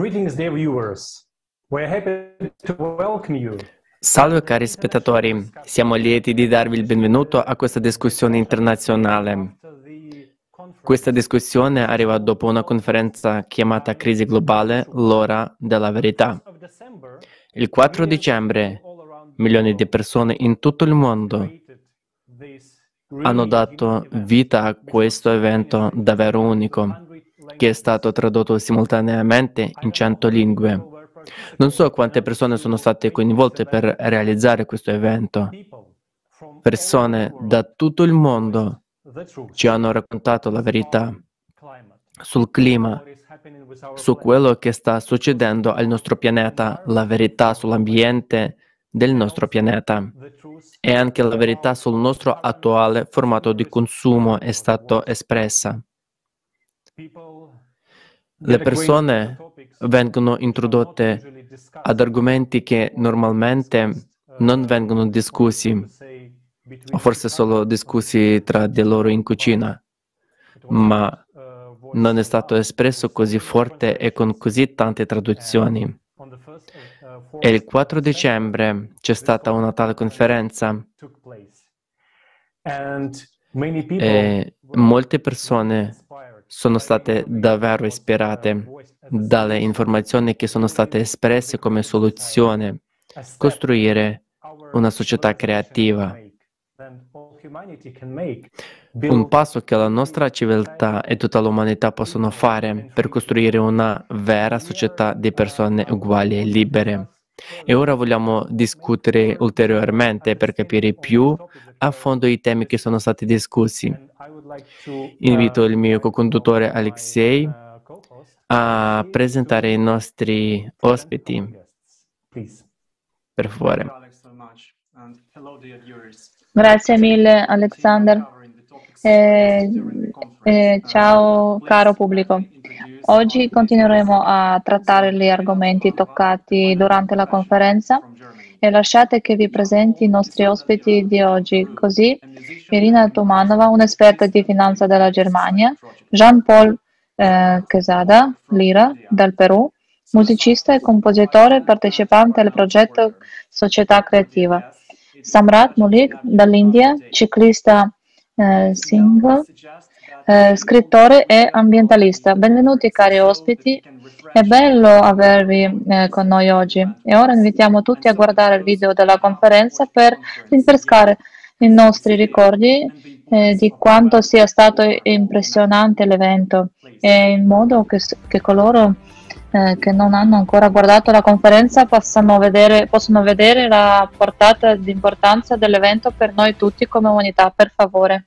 Greetings, dear viewers. We're happy to welcome you. Salve cari spettatori, siamo lieti di darvi il benvenuto a questa discussione internazionale. Questa discussione arriva dopo una conferenza chiamata Crisi globale, l'ora della verità. Il 4 dicembre, milioni di persone in tutto il mondo hanno dato vita a questo evento davvero unico, che è stato tradotto simultaneamente in 100 lingue. Non so quante persone sono state coinvolte per realizzare questo evento. Persone da tutto il mondo ci hanno raccontato la verità sul clima, su quello che sta succedendo al nostro pianeta, la verità sull'ambiente del nostro pianeta e anche la verità sul nostro attuale formato di consumo è stata espressa. Le persone vengono introdotte ad argomenti che normalmente non vengono discussi, o forse solo discussi tra di loro in cucina, ma non è stato espresso così forte e con così tante traduzioni. E il 4 dicembre c'è stata una tale conferenza e molte persone sono state davvero ispirate dalle informazioni che sono state espresse come soluzione, costruire una società creativa. Un passo che la nostra civiltà e tutta l'umanità possono fare per costruire una vera società di persone uguali e libere. E ora vogliamo discutere ulteriormente per capire più a fondo i temi che sono stati discussi. Invito il mio co-conduttore Alexei a presentare i nostri ospiti. Per favore. Grazie mille Alexander. Ciao caro pubblico. Oggi continueremo a trattare gli argomenti toccati durante la conferenza e lasciate che vi presenti i nostri ospiti di oggi, così Irina Tumanova, un'esperta di finanza della Germania, Jean-Paul Quesada Lira dal Perù, musicista e compositore partecipante al progetto Società Creativa, Samrat Malik dall'India, ciclista single, scrittore e ambientalista. Benvenuti cari ospiti, è bello avervi con noi oggi e ora invitiamo tutti a guardare il video della conferenza per rinfrescare i nostri ricordi di quanto sia stato impressionante l'evento e in modo che coloro che non hanno ancora guardato la conferenza possono vedere la portata di importanza dell'evento per noi tutti come umanità, per favore.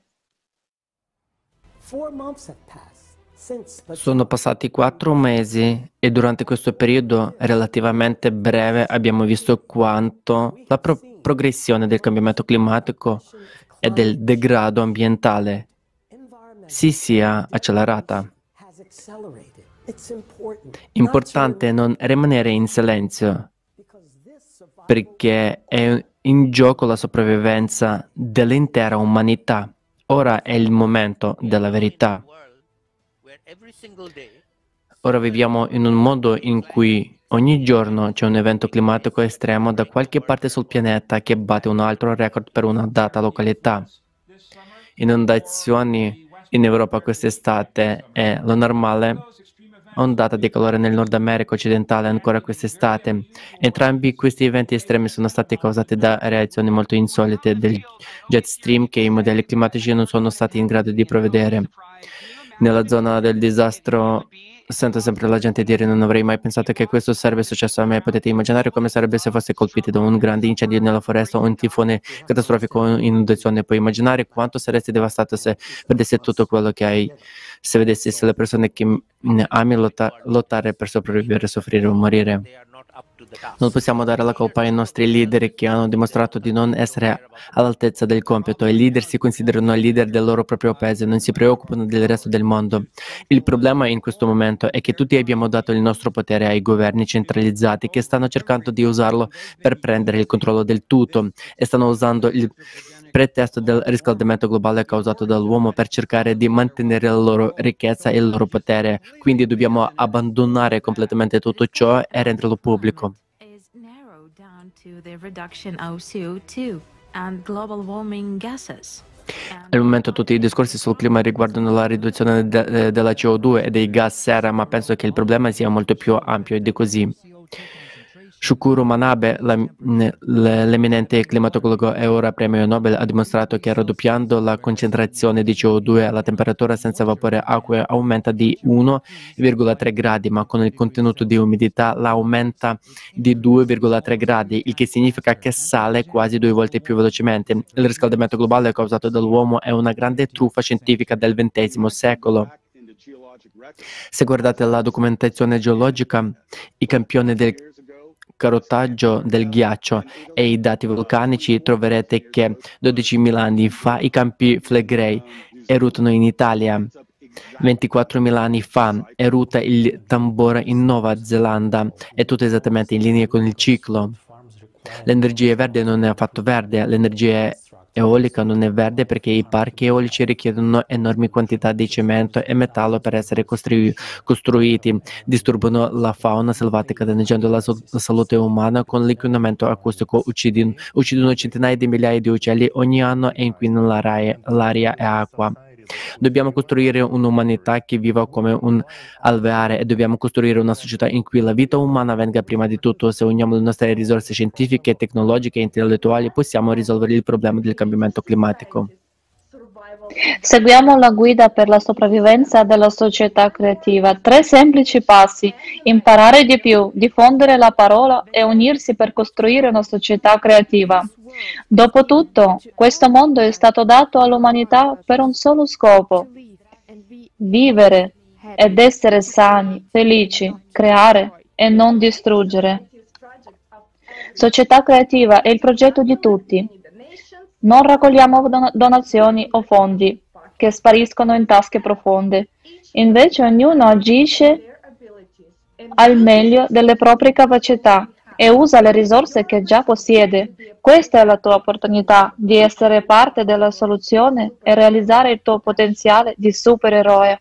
Sono passati 4 mesi e durante questo periodo relativamente breve abbiamo visto quanto la progressione del cambiamento climatico e del degrado ambientale si sia accelerata. Importante non rimanere in silenzio, perché è in gioco la sopravvivenza dell'intera umanità. Ora è il momento della verità. Ora viviamo in un mondo in cui ogni giorno c'è un evento climatico estremo da qualche parte sul pianeta che batte un altro record per una data località. Inondazioni in Europa quest'estate è lo normale. Ondata di calore nel Nord America occidentale ancora quest'estate. Entrambi questi eventi estremi sono stati causati da reazioni molto insolite del jet stream che i modelli climatici non sono stati in grado di prevedere. Nella zona del disastro sento sempre la gente dire: non avrei mai pensato che questo sarebbe successo a me. Potete immaginare come sarebbe se fosse colpito da un grande incendio nella foresta o un tifone catastrofico o inondazione. Puoi immaginare quanto saresti devastato se vedessi tutto quello che hai, se vedessi se le persone che ami lottare per sopravvivere, soffrire o morire. Non possiamo dare la colpa ai nostri leader che hanno dimostrato di non essere all'altezza del compito. I leader si considerano leader del loro proprio paese, non si preoccupano del resto del mondo. Il problema in questo momento è che tutti abbiamo dato il nostro potere ai governi centralizzati che stanno cercando di usarlo per prendere il controllo del tutto e stanno usando pretesto del riscaldamento globale causato dall'uomo per cercare di mantenere la loro ricchezza e il loro potere. Quindi dobbiamo abbandonare completamente tutto ciò e renderlo pubblico. Al momento tutti i discorsi sul clima riguardano la riduzione della CO2 e dei gas serra, ma penso che il problema sia molto più ampio di così. Shukuru Manabe, l'eminente climatologo e ora premio Nobel, ha dimostrato che raddoppiando la concentrazione di CO2 la temperatura senza vapore acqueo aumenta di 1,3 gradi, ma con il contenuto di umidità la aumenta di 2,3 gradi, il che significa che sale quasi 2 volte più velocemente. Il riscaldamento globale causato dall'uomo è una grande truffa scientifica del XX secolo. Se guardate la documentazione geologica, i campioni del carotaggio del ghiaccio e i dati vulcanici, troverete che 12.000 anni fa i campi Flegrei erutano in Italia. 24.000 anni fa eruta il Tambora in Nuova Zelanda, è tutto esattamente in linea con il ciclo. L'energia verde non è affatto verde, l'energia eolica non è verde perché i parchi eolici richiedono enormi quantità di cemento e metallo per essere costruiti, disturbano la fauna selvatica, danneggiando la salute umana con l'inquinamento acustico, uccidono centinaia di migliaia di uccelli ogni anno e inquinano l'aria e l'acqua. Dobbiamo costruire un'umanità che viva come un alveare e dobbiamo costruire una società in cui la vita umana venga prima di tutto. Se uniamo le nostre risorse scientifiche, tecnologiche e intellettuali, possiamo risolvere il problema del cambiamento climatico. Seguiamo la guida per la sopravvivenza della società creativa. 3 semplici passi: imparare di più, diffondere la parola e unirsi per costruire una società creativa. Dopotutto, questo mondo è stato dato all'umanità per un solo scopo: vivere ed essere sani, felici, creare e non distruggere. Società creativa è il progetto di tutti. Non raccogliamo donazioni o fondi che spariscono in tasche profonde. Invece ognuno agisce al meglio delle proprie capacità e usa le risorse che già possiede. Questa è la tua opportunità di essere parte della soluzione e realizzare il tuo potenziale di supereroe.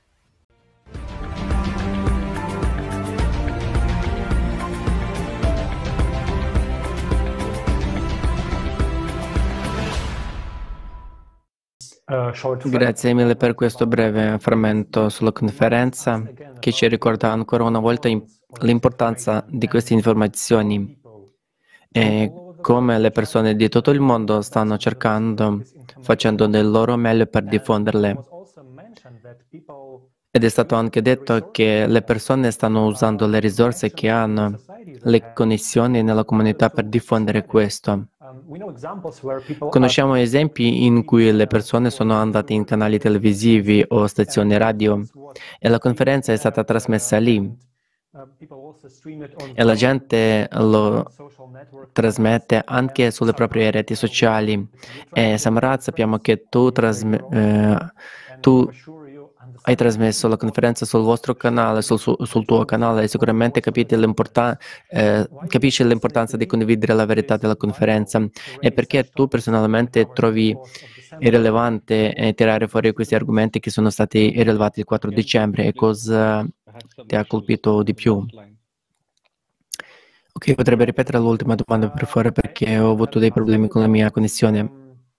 Grazie mille per questo breve frammento sulla conferenza che ci ricorda ancora una volta l'importanza di queste informazioni e come le persone di tutto il mondo stanno cercando, facendo del loro meglio per diffonderle. Ed è stato anche detto che le persone stanno usando le risorse che hanno, le connessioni nella comunità per diffondere questo. Conosciamo esempi in cui le persone sono andate in canali televisivi o stazioni radio e la conferenza è stata trasmessa lì e la gente lo trasmette anche sulle proprie reti sociali. E Samrat, sappiamo che tu hai trasmesso la conferenza sul vostro canale, sul tuo canale e sicuramente capisci l'importanza di condividere la verità della conferenza e perché tu personalmente trovi irrilevante tirare fuori questi argomenti che sono stati rilevati il 4 dicembre e cosa ti ha colpito di più? Ok, potrebbe ripetere l'ultima domanda per favore perché ho avuto dei problemi con la mia connessione.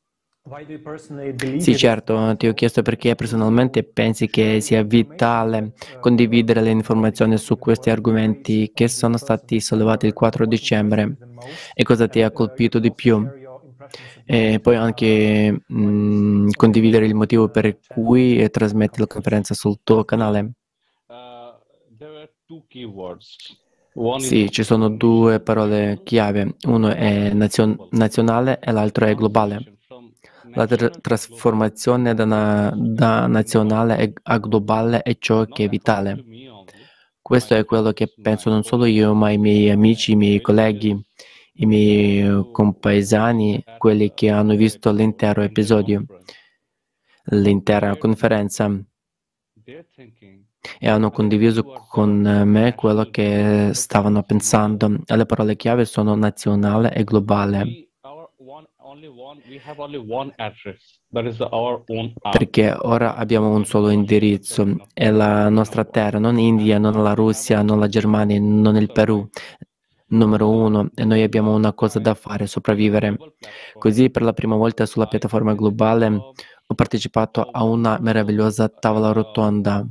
Sì, certo, ti ho chiesto perché personalmente pensi che sia vitale condividere le informazioni su questi argomenti che sono stati sollevati il 4 dicembre e cosa ti ha colpito di più. E poi anche condividere il motivo per cui trasmetti la conferenza sul tuo canale. Sì, ci sono 2 parole chiave, uno è nazionale e l'altro è globale. La trasformazione da nazionale a globale è ciò che è vitale. Questo è quello che penso non solo io, ma i miei amici, i miei colleghi, i miei compaesani, quelli che hanno visto l'intero episodio, l'intera conferenza e hanno condiviso con me quello che stavano pensando. Le parole chiave sono nazionale e globale. perché ora abbiamo un solo indirizzo, è la nostra terra, non India, non la Russia, non la Germania, non il Perù. Numero uno, e noi abbiamo una cosa da fare, sopravvivere. Così per la prima volta sulla piattaforma globale ho partecipato a una meravigliosa tavola rotonda,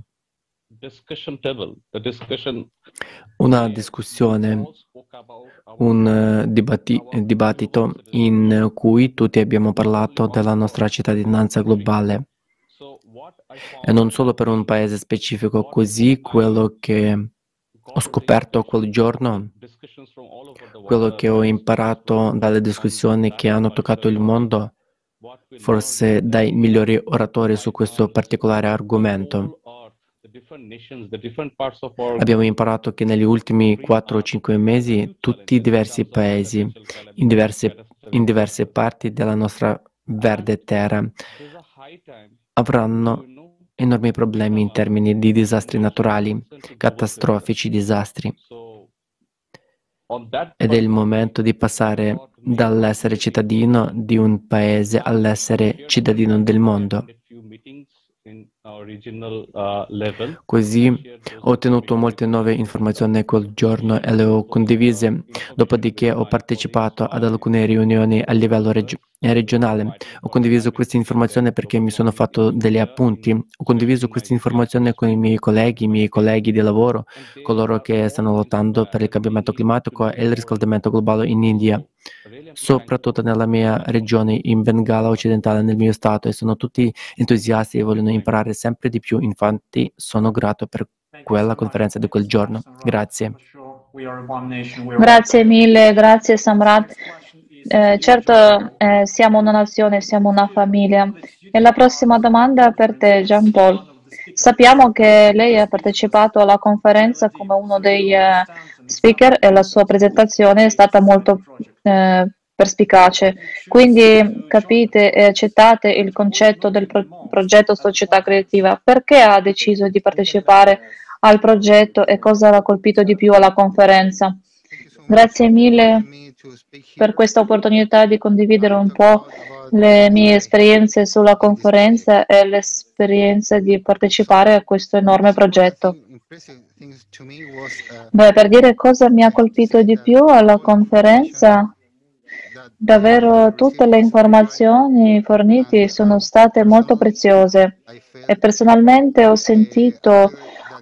una discussione, un dibattito in cui tutti abbiamo parlato della nostra cittadinanza globale e non solo per un paese specifico. Così quello che ho scoperto quel giorno, quello che ho imparato dalle discussioni che hanno toccato il mondo, forse dai migliori oratori su questo particolare argomento. Abbiamo imparato che negli ultimi 4 o 5 mesi tutti i diversi paesi, in diverse parti della nostra verde terra, avranno enormi problemi in termini di disastri naturali, catastrofici disastri. Ed è il momento di passare dall'essere cittadino di un paese all'essere cittadino del mondo. Così ho ottenuto molte nuove informazioni quel giorno e le ho condivise. Dopodiché ho partecipato ad alcune riunioni a livello regionale. Ho condiviso queste informazioni perché mi sono fatto degli appunti. Ho condiviso queste informazioni con i miei colleghi di lavoro, coloro che stanno lottando per il cambiamento climatico e il riscaldamento globale in India, soprattutto nella mia regione, in Bengala occidentale, nel mio stato, e sono tutti entusiasti e vogliono imparare sempre di più. Infatti sono grato per quella conferenza di quel giorno. Grazie. Grazie mille, grazie Samrat. Certo, siamo una nazione, siamo una famiglia. E la prossima domanda per te, Jean Paul. Sappiamo che lei ha partecipato alla conferenza come uno dei speaker e la sua presentazione è stata molto perspicace. Quindi capite e accettate il concetto del progetto Società Creativa. Perché ha deciso di partecipare al progetto e cosa l'ha colpito di più alla conferenza? Grazie mille per questa opportunità di condividere un po' le mie esperienze sulla conferenza e l'esperienza di partecipare a questo enorme progetto. Beh, per dire cosa mi ha colpito di più alla conferenza, davvero tutte le informazioni fornite sono state molto preziose e personalmente ho sentito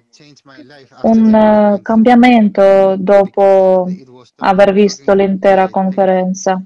un cambiamento dopo aver visto l'intera conferenza.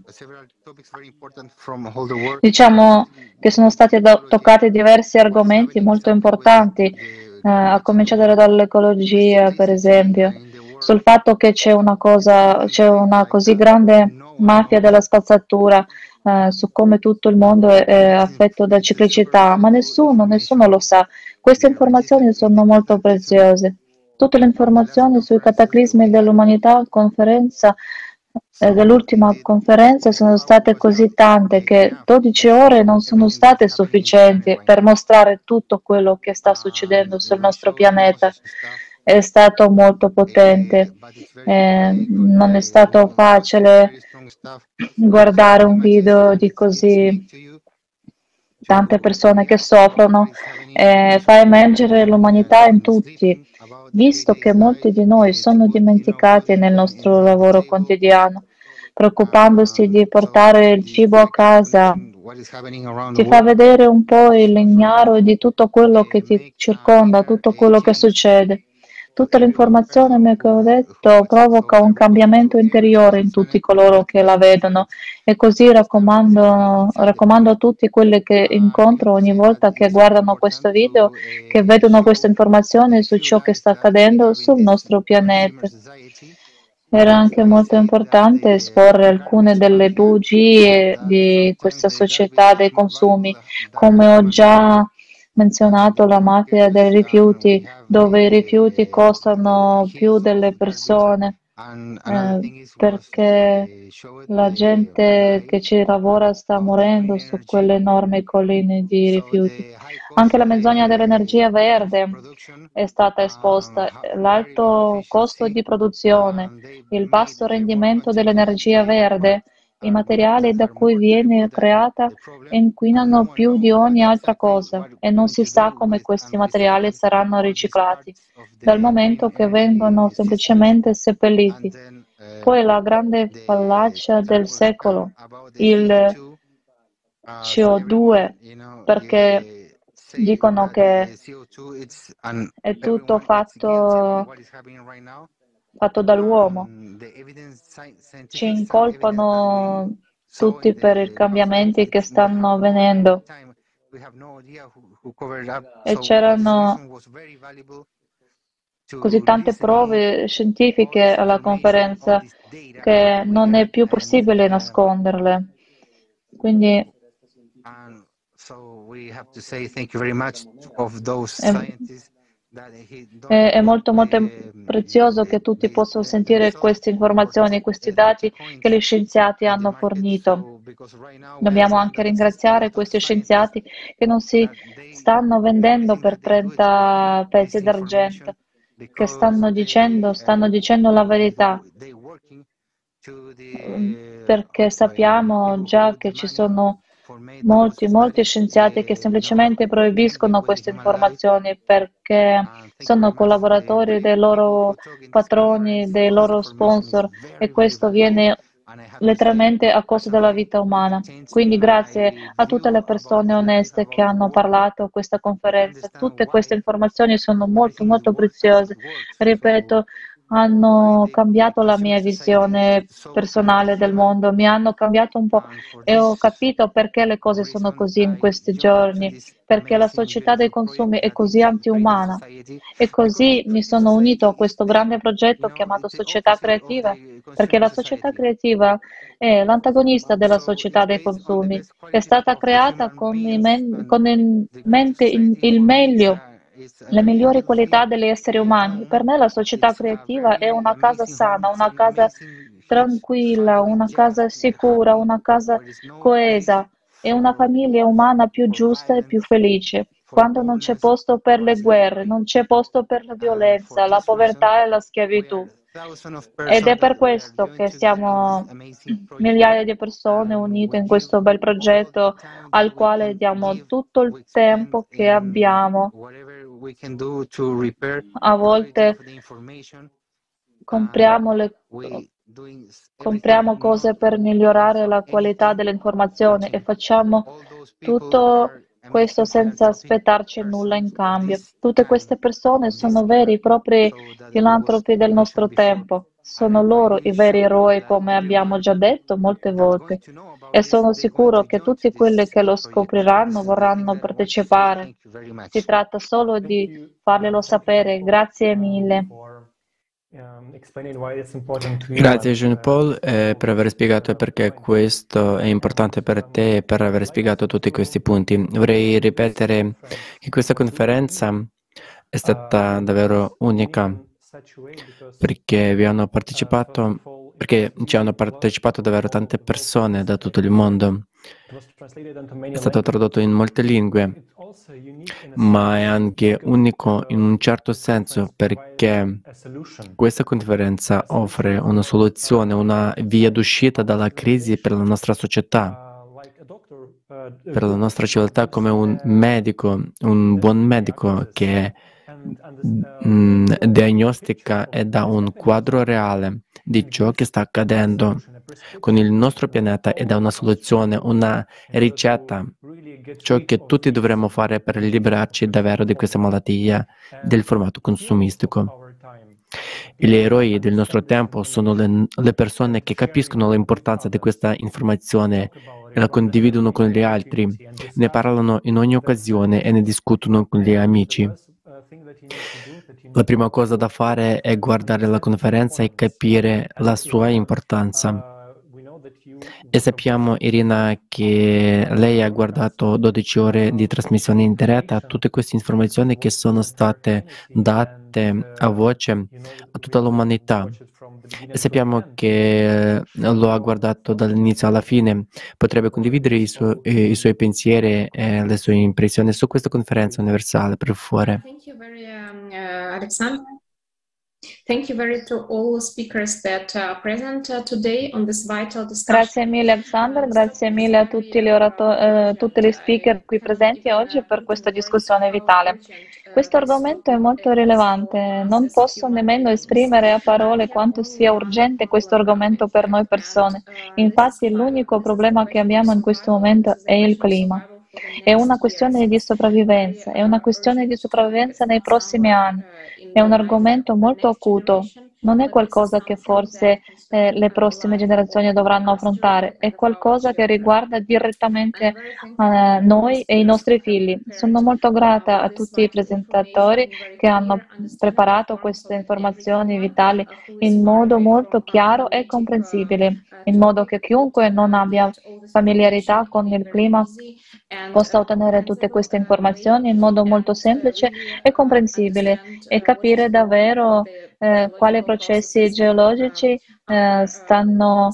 Diciamo che sono stati toccati diversi argomenti molto importanti, a cominciare dall'ecologia, per esempio, sul fatto che c'è una così grande mafia della spazzatura, su come tutto il mondo è affetto da ciclicità, ma nessuno lo sa. Queste informazioni sono molto preziose. Tutte le informazioni sui cataclismi dell'umanità dell'ultima conferenza sono state così tante che 12 ore non sono state sufficienti per mostrare tutto quello che sta succedendo sul nostro pianeta. È stato molto potente, non è stato facile guardare un video di così tante persone che soffrono, fa emergere l'umanità in tutti, visto che molti di noi sono dimenticati nel nostro lavoro quotidiano, preoccupandosi di portare il cibo a casa. Ti fa vedere un po' l'ignaro di tutto quello che ti circonda, tutto quello che succede. Tutta l'informazione che ho detto provoca un cambiamento interiore in tutti coloro che la vedono e così raccomando a tutti quelli che incontro ogni volta che guardano questo video, che vedono queste informazioni su ciò che sta accadendo sul nostro pianeta. Era anche molto importante esporre alcune delle bugie di questa società dei consumi, come ho già menzionato la mafia dei rifiuti, dove i rifiuti costano più delle persone, perché la gente che ci lavora sta morendo su quelle enormi colline di rifiuti. Anche la menzogna dell'energia verde è stata esposta, l'alto costo di produzione, il basso rendimento dell'energia verde I materiali da cui viene creata inquinano più di ogni altra cosa e non si sa come questi materiali saranno riciclati, dal momento che vengono semplicemente seppelliti. Poi la grande fallacia del secolo, il CO2, perché dicono che è tutto fatto dall'uomo. Ci incolpano tutti per i cambiamenti che stanno avvenendo. E c'erano così tante prove scientifiche alla conferenza che non è più possibile nasconderle. Quindi è molto molto prezioso che tutti possano sentire queste informazioni, questi dati che gli scienziati hanno fornito. Dobbiamo anche ringraziare questi scienziati che non si stanno vendendo per 30 pezzi d'argento, che stanno dicendo la verità, perché sappiamo già che ci sono molti scienziati che semplicemente proibiscono queste informazioni perché sono collaboratori dei loro patroni, dei loro sponsor e questo viene letteralmente a costo della vita umana. Quindi grazie a tutte le persone oneste che hanno parlato a questa conferenza. Tutte queste informazioni sono molto preziose. Ripeto, hanno cambiato la mia visione personale del mondo, mi hanno cambiato un po' e ho capito perché le cose sono così in questi giorni, perché la società dei consumi è così antiumana. E così mi sono unito a questo grande progetto chiamato Società Creativa, perché la società creativa è l'antagonista della società dei consumi. È stata creata con in mente il meglio, le migliori qualità degli esseri umani. Per me la società creativa è una casa sana, una casa tranquilla, una casa sicura, una casa coesa e una famiglia umana più giusta e più felice. Quando non c'è posto per le guerre, non c'è posto per la violenza, la povertà e la schiavitù. Ed è per questo che siamo migliaia di persone unite in questo bel progetto al quale diamo tutto il tempo che abbiamo. A volte compriamo cose per migliorare la qualità delle informazioni e facciamo tutto questo senza aspettarci nulla in cambio. Tutte queste persone sono veri e propri filantropi del nostro tempo. Sono loro i veri eroi, come abbiamo già detto molte volte. E sono sicuro che tutti quelli che lo scopriranno vorranno partecipare. Si tratta solo di farglielo sapere. Grazie mille. Grazie Jean-Paul per aver spiegato perché questo è importante per te e per aver spiegato tutti questi punti. Vorrei ripetere che questa conferenza è stata davvero unica perché ci hanno partecipato davvero tante persone da tutto il mondo. È stato tradotto in molte lingue, ma è anche unico in un certo senso perché questa conferenza offre una soluzione, una via d'uscita dalla crisi per la nostra società, per la nostra civiltà, come un medico, un buon medico che diagnostica e dà un quadro reale di ciò che sta accadendo con il nostro pianeta e dà una soluzione, una ricetta, ciò che tutti dovremmo fare per liberarci davvero di questa malattia del formato consumistico. E gli eroi del nostro tempo sono le persone che capiscono l'importanza di questa informazione e la condividono con gli altri, ne parlano in ogni occasione e ne discutono con gli amici. La prima cosa da fare è guardare la conferenza e capire la sua importanza. E sappiamo, Irina, che lei ha guardato 12 ore di trasmissione in diretta, tutte queste informazioni che sono state date a voce a tutta l'umanità. E sappiamo che lo ha guardato dall'inizio alla fine. Potrebbe condividere i suoi pensieri e le sue impressioni su questa conferenza universale, per favore. Thank you very to all speakers that are present today on this vital discussion. Grazie mille Alexander, grazie mille a tutti tutti gli speaker qui presenti oggi per questa discussione vitale. Questo argomento è molto rilevante, non posso nemmeno esprimere a parole quanto sia urgente questo argomento per noi persone. Infatti l'unico problema che abbiamo in questo momento è il clima. È una questione di sopravvivenza, è una questione di sopravvivenza nei prossimi anni. È un argomento molto acuto, non è qualcosa che forse le prossime generazioni dovranno affrontare, è qualcosa che riguarda direttamente noi e i nostri figli. Sono molto grata a tutti i presentatori che hanno preparato queste informazioni vitali in modo molto chiaro e comprensibile, in modo che chiunque non abbia familiarità con il clima possa ottenere tutte queste informazioni in modo molto semplice e comprensibile e capire davvero quali processi geologici stanno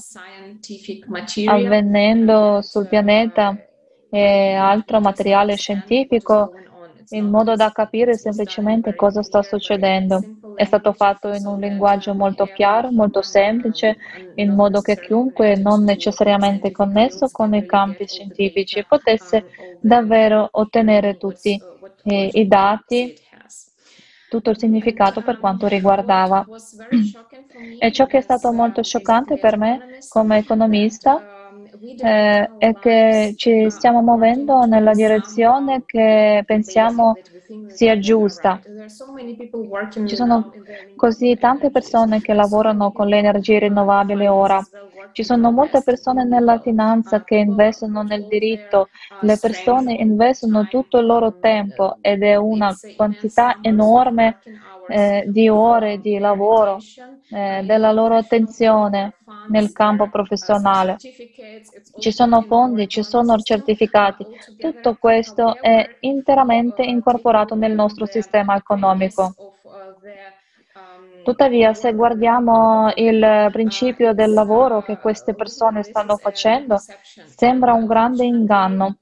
avvenendo sul pianeta e altro materiale scientifico in modo da capire semplicemente cosa sta succedendo. È stato fatto in un linguaggio molto chiaro, molto semplice, in modo che chiunque non necessariamente connesso con i campi scientifici potesse davvero ottenere tutti i dati, tutto il significato per quanto riguardava. E ciò che è stato molto scioccante per me come economista è che ci stiamo muovendo nella direzione che pensiamo sia giusta. Ci sono così tante persone che lavorano con le energie rinnovabili ora. Ci sono molte persone nella finanza che investono nel diritto, le persone investono tutto il loro tempo ed è una quantità enorme di ore di lavoro, della loro attenzione nel campo professionale. Ci sono fondi, ci sono certificati. Tutto questo è interamente incorporato nel nostro sistema economico. Tuttavia, se guardiamo il principio del lavoro che queste persone stanno facendo, sembra un grande inganno.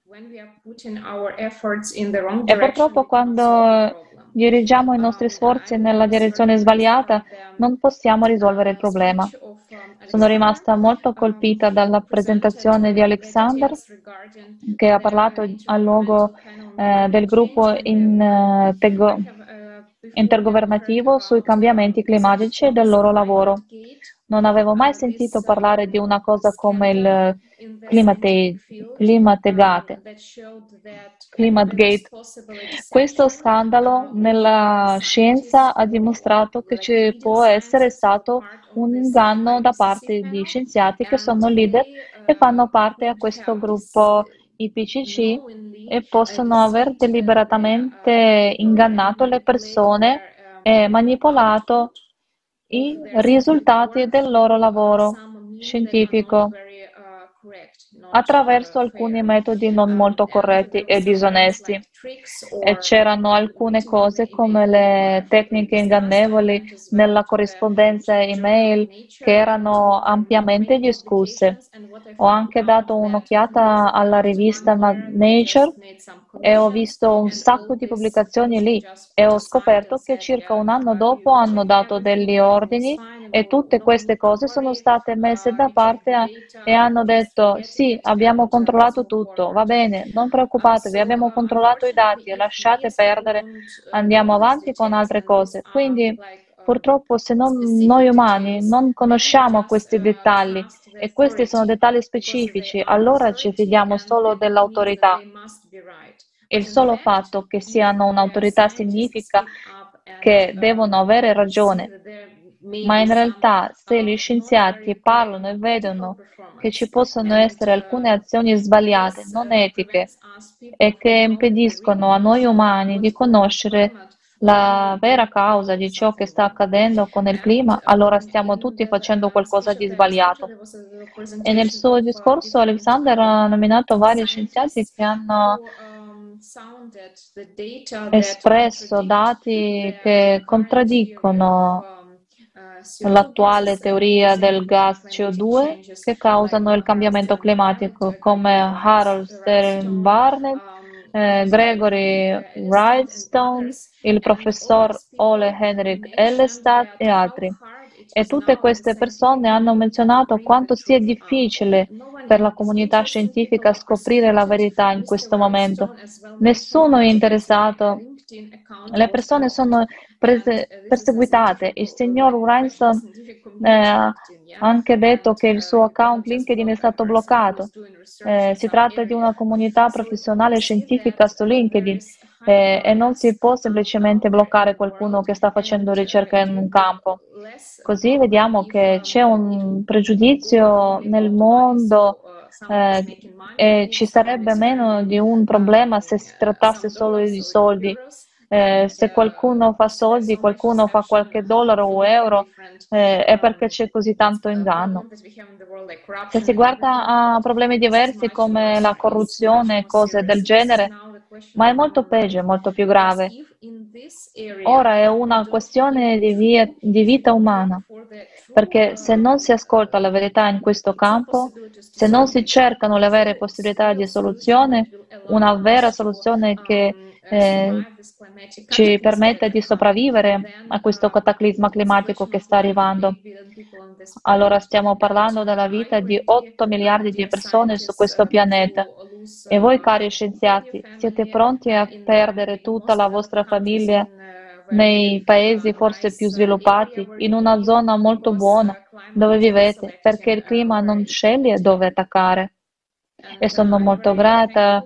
E purtroppo quando dirigiamo i nostri sforzi nella direzione sbagliata, non possiamo risolvere il problema. Sono rimasta molto colpita dalla presentazione di Alexander, che ha parlato a luogo del gruppo intergovernativo sui cambiamenti climatici e del loro lavoro. Non avevo mai sentito parlare di una cosa come il Climategate. Questo scandalo nella scienza ha dimostrato che ci può essere stato un inganno da parte di scienziati che sono leader e fanno parte a questo gruppo IPCC e possono aver deliberatamente ingannato le persone e manipolato i risultati del loro lavoro scientifico attraverso alcuni metodi non molto corretti e disonesti. E c'erano alcune cose come le tecniche ingannevoli nella corrispondenza email che erano ampiamente discusse. Ho anche dato un'occhiata alla rivista Nature e ho visto un sacco di pubblicazioni lì e ho scoperto che circa un anno dopo hanno dato degli ordini e tutte queste cose sono state messe da parte e hanno detto sì, abbiamo controllato tutto, va bene, non preoccupatevi, abbiamo controllato i dati, lasciate perdere, andiamo avanti con altre cose. Quindi purtroppo se noi umani non conosciamo questi dettagli e questi sono dettagli specifici, allora ci fidiamo solo dell'autorità. Il solo fatto che siano un'autorità significa che devono avere ragione, ma in realtà se gli scienziati parlano e vedono che ci possono essere alcune azioni sbagliate, non etiche, e che impediscono a noi umani di conoscere la vera causa di ciò che sta accadendo con il clima, allora stiamo tutti facendo qualcosa di sbagliato. E nel suo discorso Alexander ha nominato vari scienziati che hanno espresso dati che contraddicono l'attuale teoria del gas CO2 che causano il cambiamento climatico, come Harold Stern Barnett, Gregory Wrightstone, il professor Ole Henrik Ellestad e altri. E tutte queste persone hanno menzionato quanto sia difficile per la comunità scientifica scoprire la verità in questo momento. Nessuno è interessato. Le persone sono perseguitate. Il signor Wrightstone ha anche detto che il suo account LinkedIn è stato bloccato. Si tratta di una comunità professionale scientifica su LinkedIn e non si può semplicemente bloccare qualcuno che sta facendo ricerca in un campo. Così vediamo che c'è un pregiudizio nel mondo e ci sarebbe meno di un problema se si trattasse solo di soldi. Se qualcuno fa soldi, qualcuno fa qualche dollaro o euro, è perché c'è così tanto inganno. Se si guarda a problemi diversi come la corruzione e cose del genere, ma è molto peggio, è molto più grave. Ora è una questione di vita umana, perché se non si ascolta la verità in questo campo, se non si cercano le vere possibilità di soluzione, una vera soluzione che ci permette di sopravvivere a questo cataclisma climatico che sta arrivando. Allora stiamo parlando della vita di 8 miliardi di persone su questo pianeta. E voi, cari scienziati, siete pronti a perdere tutta la vostra famiglia nei paesi forse più sviluppati, in una zona molto buona dove vivete, perché il clima non sceglie dove attaccare? E sono molto grata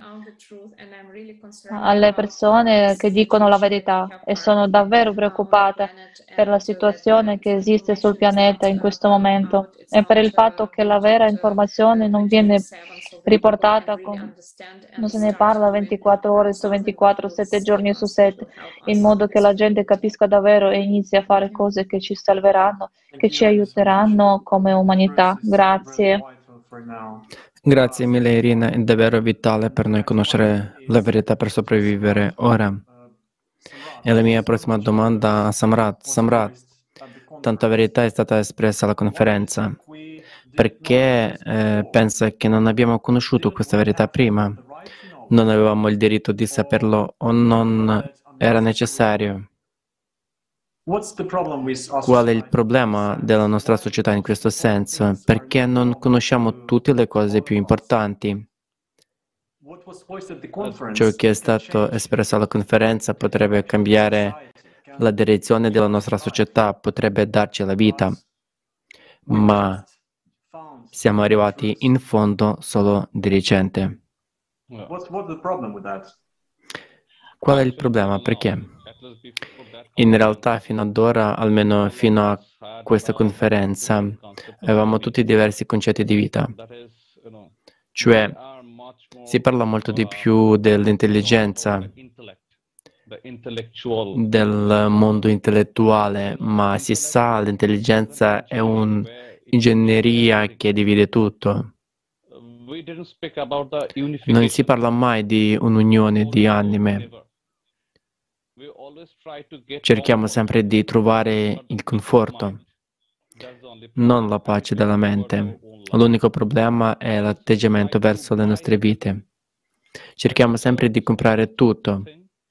alle persone che dicono la verità e sono davvero preoccupata per la situazione che esiste sul pianeta in questo momento e per il fatto che la vera informazione non viene riportata, non se ne parla 24 ore su 24, 7 giorni su 7, in modo che la gente capisca davvero e inizi a fare cose che ci salveranno, che ci aiuteranno come umanità. Grazie. Grazie mille Irina, è davvero vitale per noi conoscere la verità per sopravvivere ora. E la mia prossima domanda a Samrat. Samrat, tanta verità è stata espressa alla conferenza. Perché pensa che non abbiamo conosciuto questa verità prima? Non avevamo il diritto di saperlo o non era necessario? Qual è il problema della nostra società in questo senso? Perché non conosciamo tutte le cose più importanti? Ciò che è stato espresso alla conferenza potrebbe cambiare la direzione della nostra società, potrebbe darci la vita, ma siamo arrivati in fondo solo di recente. Qual è il problema? Perché? In realtà fino ad ora, almeno fino a questa conferenza, avevamo tutti diversi concetti di vita. Cioè, si parla molto di più dell'intelligenza, del mondo intellettuale, ma si sa, l'intelligenza è un'ingegneria che divide tutto. Non si parla mai di un'unione di anime. Cerchiamo sempre di trovare il conforto, non la pace della mente. L'unico problema è l'atteggiamento verso le nostre vite. Cerchiamo sempre di comprare tutto,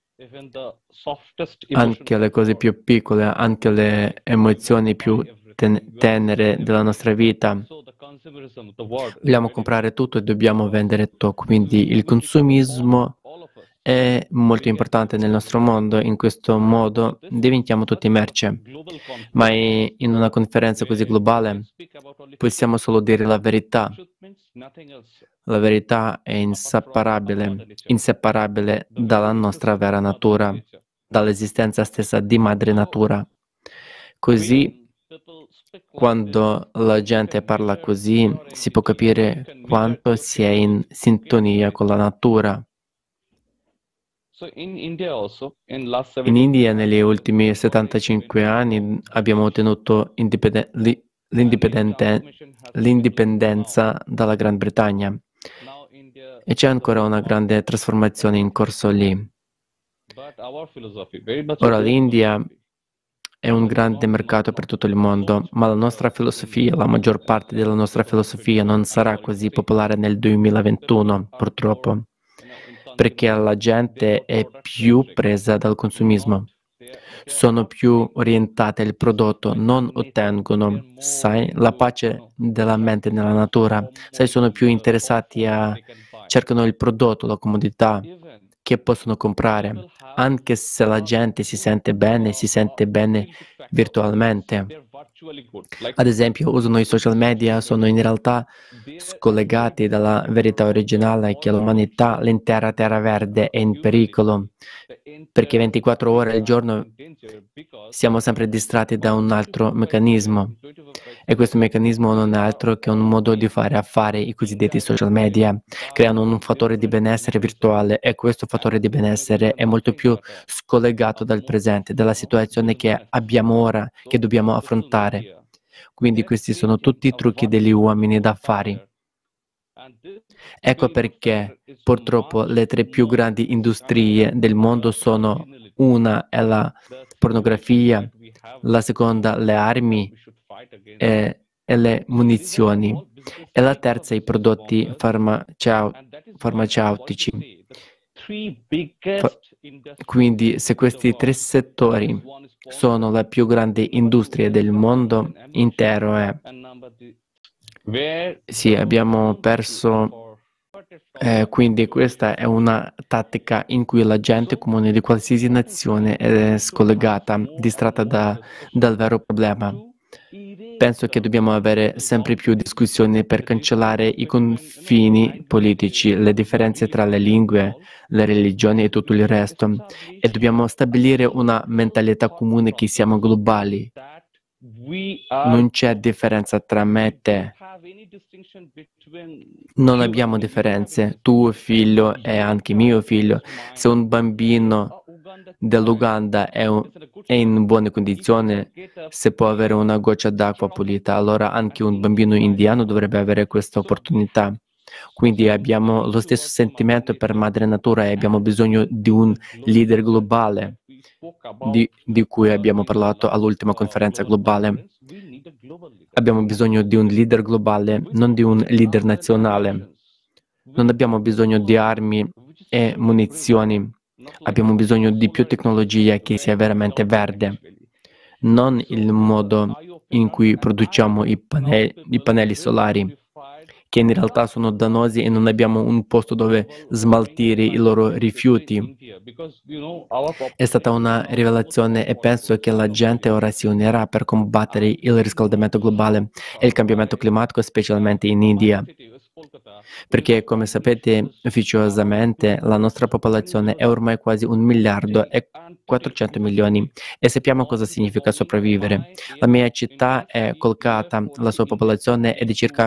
anche le cose più piccole, anche le emozioni più tenere della nostra vita. Vogliamo comprare tutto e dobbiamo vendere tutto. Quindi il consumismo è molto importante nel nostro mondo. In questo modo diventiamo tutti merce. Ma in una conferenza così globale possiamo solo dire la verità. La verità è inseparabile dalla nostra vera natura, dall'esistenza stessa di madre natura. Così, quando la gente parla così, si può capire quanto si è in sintonia con la natura. In India, negli ultimi 75 anni, abbiamo ottenuto l'indipendenza dalla Gran Bretagna e c'è ancora una grande trasformazione in corso lì. Ora l'India è un grande mercato per tutto il mondo, ma la nostra filosofia, la maggior parte della nostra filosofia non sarà così popolare nel 2021, purtroppo. perché la gente è più presa dal consumismo. Sono più orientate al prodotto, non ottengono, sai, la pace della mente nella natura. Sai, sono più interessati cercano il prodotto, la comodità che possono comprare, anche se la gente si sente bene virtualmente. Ad esempio, usano i social media, sono in realtà scollegati dalla verità originale che l'umanità, l'intera terra verde è in pericolo, perché 24 ore al giorno siamo sempre distratti da un altro meccanismo. E questo meccanismo non è altro che un modo di fare affari, i cosiddetti social media. Creano un fattore di benessere virtuale e questo fattore di benessere è molto più scollegato dal presente, dalla situazione che abbiamo ora, che dobbiamo affrontare. Quindi questi sono tutti trucchi degli uomini d'affari. Ecco perché purtroppo le tre più grandi industrie del mondo sono: una è la pornografia, la seconda le armi e le munizioni e la terza i prodotti farmaceutici. Quindi se questi tre settori sono la più grande industria del mondo intero, sì, abbiamo perso. Quindi questa è una tattica in cui la gente comune di qualsiasi nazione è scollegata, distratta dal vero problema. Penso che dobbiamo avere sempre più discussioni per cancellare i confini politici, le differenze tra le lingue, le religioni e tutto il resto. E dobbiamo stabilire una mentalità comune che siamo globali. Non c'è differenza tra me e te. Non abbiamo differenze. Tuo figlio e anche mio figlio. Se un bambino dell'Uganda è in buone condizioni, se può avere una goccia d'acqua pulita, allora anche un bambino indiano dovrebbe avere questa opportunità. Quindi abbiamo lo stesso sentimento per madre natura e abbiamo bisogno di un leader globale, di cui abbiamo parlato all'ultima conferenza globale. Abbiamo bisogno di un leader globale, non di un leader nazionale. Non abbiamo bisogno di armi e munizioni. Abbiamo bisogno di più tecnologia che sia veramente verde. Non il modo in cui produciamo i pannelli solari, che in realtà sono dannosi e non abbiamo un posto dove smaltire i loro rifiuti. È stata una rivelazione e penso che la gente ora si unirà per combattere il riscaldamento globale e il cambiamento climatico, specialmente in India. Perché, come sapete, ufficiosamente la nostra popolazione è ormai quasi 1 miliardo e 400 milioni e sappiamo cosa significa sopravvivere. La mia città è Kolkata, la sua popolazione è di circa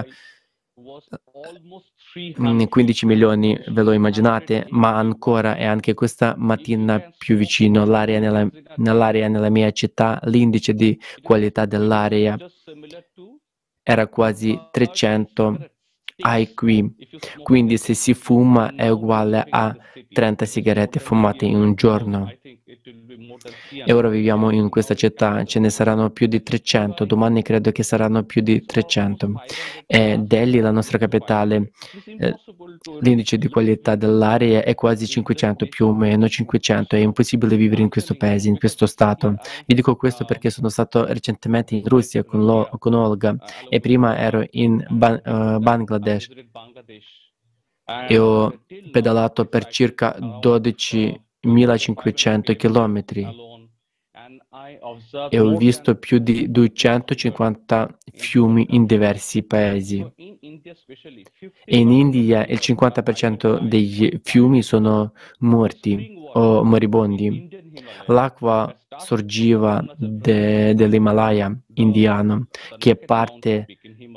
15 milioni, ve lo immaginate, ma ancora è anche questa mattina più vicino nell'area nella mia città, l'indice di qualità dell'aria era quasi 300 IQ, quindi se si fuma è uguale a 30 sigarette fumate in un giorno. E ora viviamo in questa città, ce ne saranno più di 300, domani credo che saranno più di 300. E Delhi, la nostra capitale, l'indice di qualità dell'aria è quasi 500, più o meno 500, è impossibile vivere in questo paese, in questo stato. Vi dico questo perché sono stato recentemente in Russia con Olga e prima ero in Bangladesh e ho pedalato per circa 12.500 chilometri e ho visto più di 250 fiumi in diversi paesi. E in India il 50% degli fiumi sono morti o moribondi. L'acqua sorgiva dell'Himalaya indiano, che parte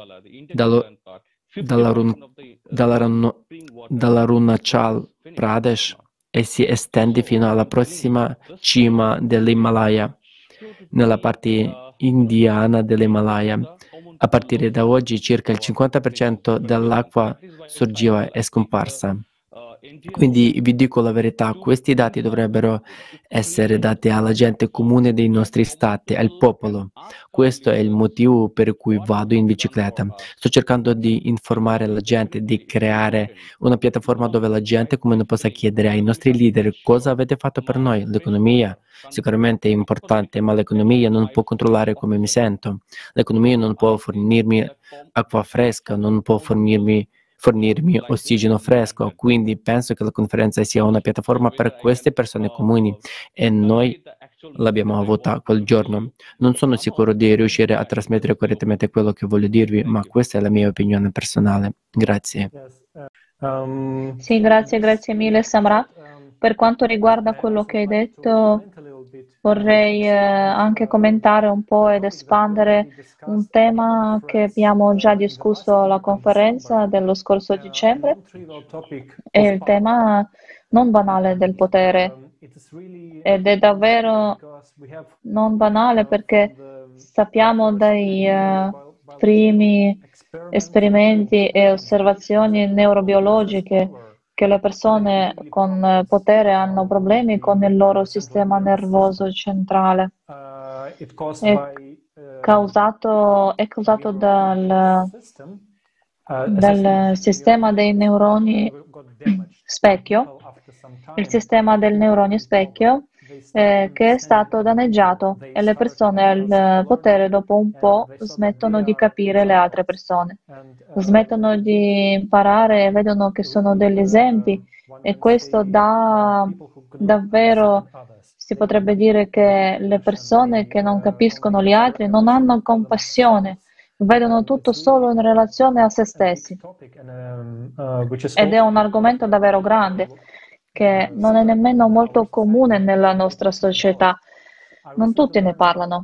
dall'Arunachal Pradesh e si estende fino alla prossima cima dell'Himalaya, nella parte indiana dell'Himalaya. A partire da oggi circa il 50% dell'acqua sorgiva è scomparsa. Quindi vi dico la verità, questi dati dovrebbero essere dati alla gente comune dei nostri stati, al popolo. Questo è il motivo per cui vado in bicicletta. Sto cercando di informare la gente, di creare una piattaforma dove la gente comune possa chiedere ai nostri leader cosa avete fatto per noi. L'economia sicuramente è importante, ma l'economia non può controllare come mi sento. L'economia non può fornirmi acqua fresca, non può fornirmi ossigeno fresco, quindi penso che la conferenza sia una piattaforma per queste persone comuni e noi l'abbiamo avuta quel giorno. Non sono sicuro di riuscire a trasmettere correttamente quello che voglio dirvi, ma questa è la mia opinione personale. Grazie. Sì, grazie mille Samra. Per quanto riguarda quello che hai detto, vorrei anche commentare un po' ed espandere un tema che abbiamo già discusso alla conferenza dello scorso dicembre, è il tema non banale del potere. Ed è davvero non banale perché sappiamo dai primi esperimenti e osservazioni neurobiologiche che le persone con potere hanno problemi con il loro sistema nervoso centrale. È causato dal sistema dei neuroni specchio, il sistema del neurone specchio che è stato danneggiato e le persone al potere dopo un po' smettono di capire le altre persone, smettono di imparare e vedono che sono degli esempi e questo dà davvero, si potrebbe dire che le persone che non capiscono gli altri non hanno compassione, vedono tutto solo in relazione a se stessi. Ed è un argomento davvero grande che non è nemmeno molto comune nella nostra società. Non tutti ne parlano.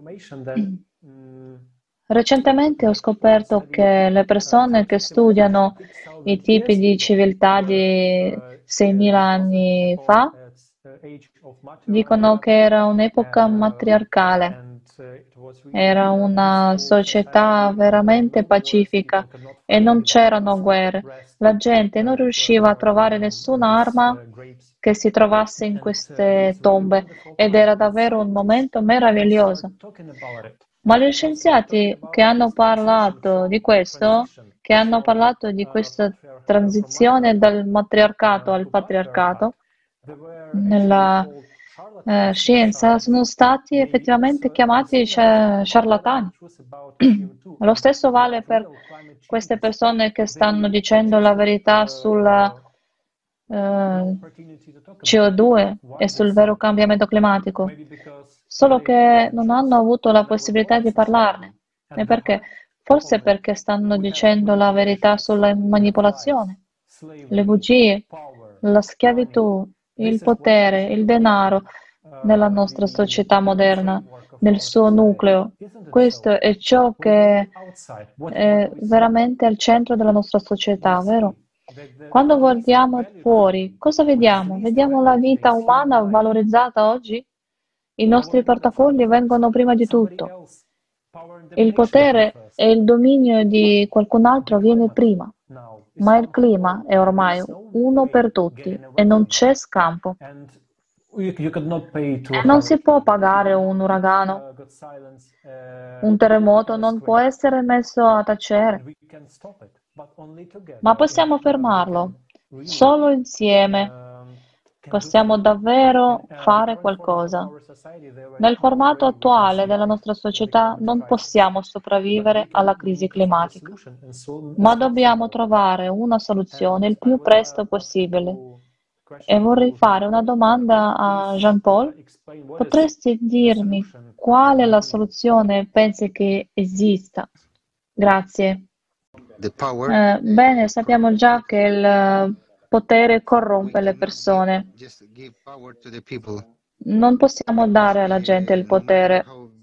Recentemente ho scoperto che le persone che studiano i tipi di civiltà di 6.000 anni fa dicono che era un'epoca matriarcale. Era una società veramente pacifica e non c'erano guerre. La gente non riusciva a trovare nessuna arma che si trovasse in queste tombe ed era davvero un momento meraviglioso. Ma gli scienziati che hanno parlato di questo, che hanno parlato di questa transizione dal matriarcato al patriarcato, nella scienza sono stati effettivamente chiamati ciarlatani. Lo stesso vale per queste persone che stanno dicendo la verità sulla CO2 e sul vero cambiamento climatico, solo che non hanno avuto la possibilità di parlarne. E perché? Forse perché stanno dicendo la verità sulla manipolazione, le bugie, la schiavitù, il potere, il denaro nella nostra società moderna, nel suo nucleo. Questo è ciò che è veramente al centro della nostra società, vero? Quando guardiamo fuori, cosa vediamo? Vediamo la vita umana valorizzata oggi? I nostri portafogli vengono prima di tutto. Il potere e il dominio di qualcun altro viene prima, ma il clima è ormai uno per tutti e non c'è scampo. Non si può pagare un uragano, un terremoto non può essere messo a tacere, ma possiamo fermarlo. Solo insieme possiamo davvero fare qualcosa. Nel formato attuale della nostra società non possiamo sopravvivere alla crisi climatica, ma dobbiamo trovare una soluzione il più presto possibile. E vorrei fare una domanda a Jean-Paul. Potresti dirmi qual è la soluzione pensi che esista? Grazie. Bene, sappiamo già che il potere corrompe le persone. Non possiamo dare alla gente il potere.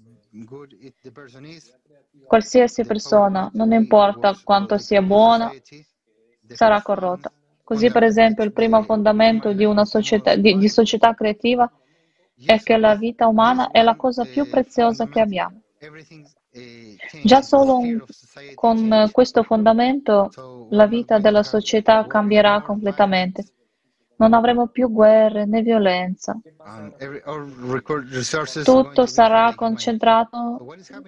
Qualsiasi persona, non importa quanto sia buona, sarà corrotta. Così, per esempio, il primo fondamento di una società, di società creativa è che la vita umana è la cosa più preziosa che abbiamo. Già solo con questo fondamento la vita della società cambierà completamente. Non avremo più guerre né violenza. Tutto sarà concentrato,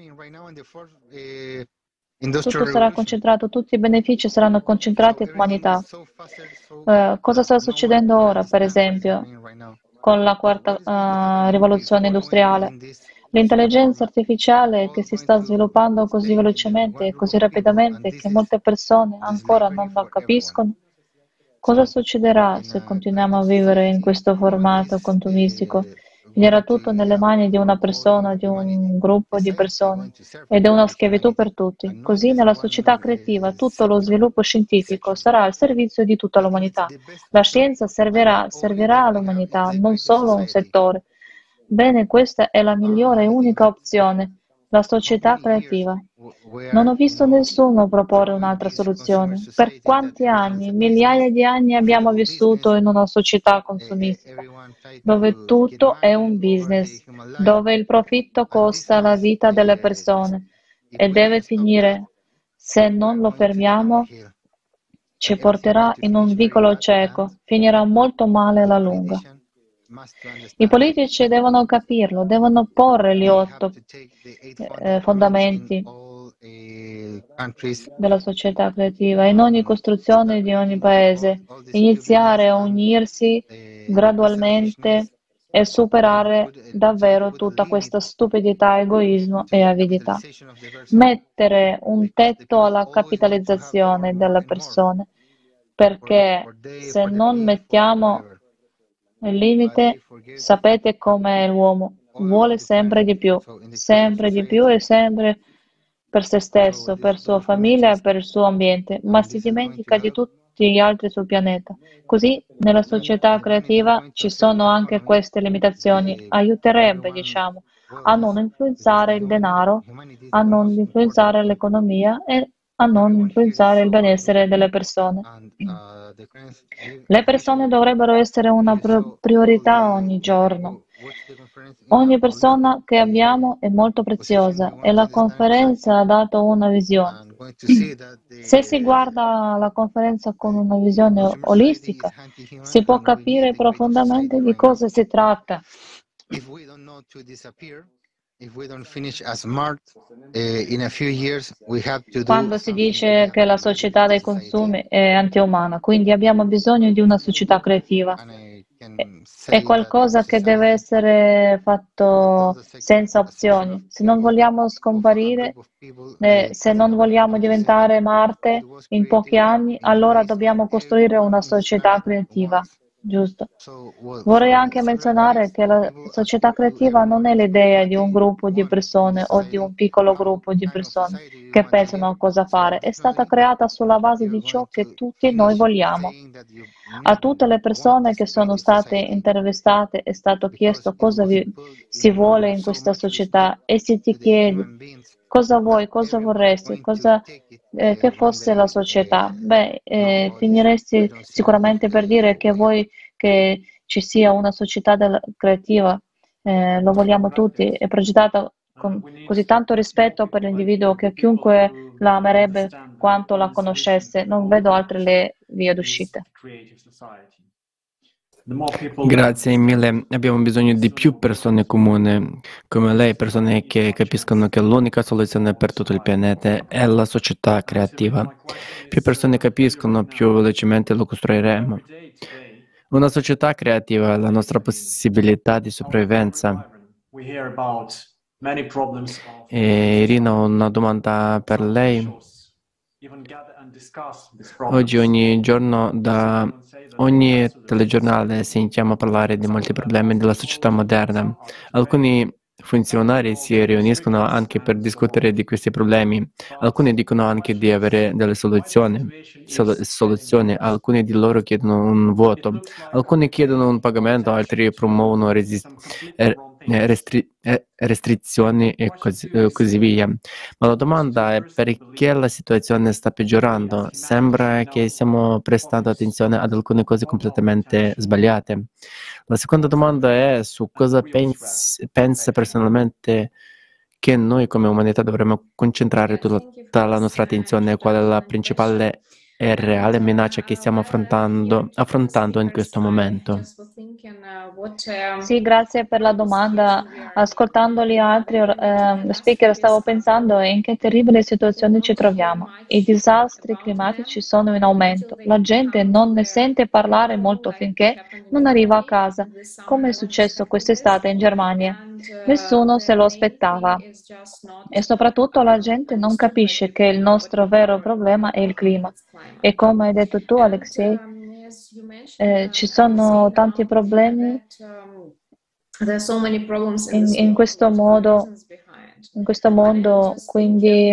tutti i benefici saranno concentrati all'umanità. Cosa sta succedendo ora, per esempio, con la quarta rivoluzione industriale? L'intelligenza artificiale che si sta sviluppando così velocemente e così rapidamente che molte persone ancora non la capiscono. Cosa succederà se continuiamo a vivere in questo formato consumistico? Finirà tutto nelle mani di una persona, di un gruppo di persone, ed è una schiavitù per tutti. Così nella società creativa tutto lo sviluppo scientifico sarà al servizio di tutta l'umanità. La scienza servirà all'umanità, non solo a un settore. Bene, questa è la migliore e unica opzione, la società creativa. Non ho visto nessuno proporre un'altra soluzione. Per quanti anni, migliaia di anni abbiamo vissuto in una società consumistica, dove tutto è un business, dove il profitto costa la vita delle persone e deve finire. Se non lo fermiamo, ci porterà in un vicolo cieco, finirà molto male alla lunga. I politici devono capirlo, devono porre gli 8 fondamenti della società creativa in ogni costruzione di ogni paese, iniziare a unirsi gradualmente e superare davvero tutta questa stupidità, egoismo e avidità. Mettere un tetto alla capitalizzazione delle persone, perché se non mettiamo il limite, sapete com'è l'uomo, vuole sempre di più e sempre per se stesso, per sua famiglia e per il suo ambiente, ma si dimentica di tutti gli altri sul pianeta. Così nella società creativa ci sono anche queste limitazioni. Aiuterebbe, diciamo, a non influenzare il denaro, a non influenzare l'economia e a non influenzare il benessere delle persone. Le persone dovrebbero essere una priorità ogni giorno. Ogni persona che abbiamo è molto preziosa e la conferenza ha dato una visione. Se si guarda la conferenza con una visione olistica, si può capire profondamente di cosa si tratta. Quando si dice che la società dei consumi è antiumana, quindi abbiamo bisogno di una società creativa. È qualcosa che deve essere fatto senza opzioni. Se non vogliamo scomparire, se non vogliamo diventare Marte in pochi anni, allora dobbiamo costruire una società creativa. Giusto. Vorrei anche menzionare che la società creativa non è l'idea di un gruppo di persone o di un piccolo gruppo di persone che pensano a cosa fare. È stata creata sulla base di ciò che tutti noi vogliamo. A tutte le persone che sono state intervistate è stato chiesto cosa si vuole in questa società e se ti chiedi cosa vuoi, cosa vorresti, che fosse la società, finiresti sicuramente per dire che vuoi che ci sia una società creativa, lo vogliamo tutti, è progettata con così tanto rispetto per l'individuo che chiunque la amerebbe quanto la conoscesse. Non vedo altre le vie d'uscita. Grazie mille. Abbiamo bisogno di più persone comuni come lei, persone che capiscono che l'unica soluzione per tutto il pianeta è la società creativa. Più persone capiscono, più velocemente lo costruiremo. Una società creativa è la nostra possibilità di sopravvivenza. E Irina, ho una domanda per lei. Oggi ogni giorno da ogni telegiornale sentiamo parlare di molti problemi della società moderna. Alcuni funzionari si riuniscono anche per discutere di questi problemi. Alcuni dicono anche di avere delle soluzioni. Alcuni di loro chiedono un voto. Alcuni chiedono un pagamento, altri promuovono restrizioni e così via. Ma la domanda è perché la situazione sta peggiorando? Sembra che stiamo prestando attenzione ad alcune cose completamente sbagliate. La seconda domanda è su cosa pensa personalmente che noi come umanità dovremmo concentrare tutta la nostra attenzione, qual è la principale e reale minaccia che stiamo affrontando in questo momento. Sì, grazie per la domanda. Ascoltando gli altri speaker stavo pensando in che terribile situazione ci troviamo. I disastri climatici sono in aumento. La gente non ne sente parlare molto finché non arriva a casa, come è successo quest'estate in Germania. Nessuno se lo aspettava. E soprattutto la gente non capisce che il nostro vero problema è il clima. E come hai detto tu, Alexei, ci sono tanti problemi in questo mondo, quindi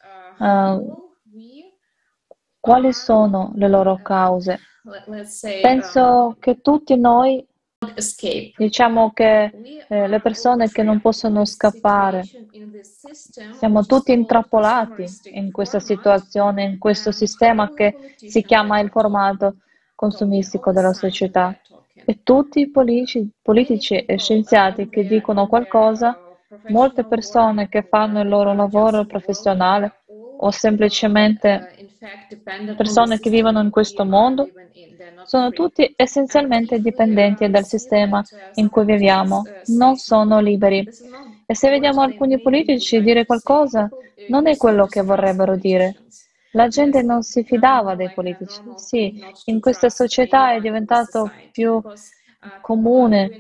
quali sono le loro cause? Penso che tutti noi, diciamo che le persone che non possono scappare, siamo tutti intrappolati in questa situazione, in questo sistema che si chiama il formato consumistico della società. E tutti i politici e scienziati che dicono qualcosa, molte persone che fanno il loro lavoro professionale o semplicemente persone che vivono in questo mondo, sono tutti essenzialmente dipendenti dal sistema in cui viviamo, non sono liberi. E se vediamo alcuni politici dire qualcosa, non è quello che vorrebbero dire. La gente non si fidava dei politici. Sì, in questa società è diventato più comune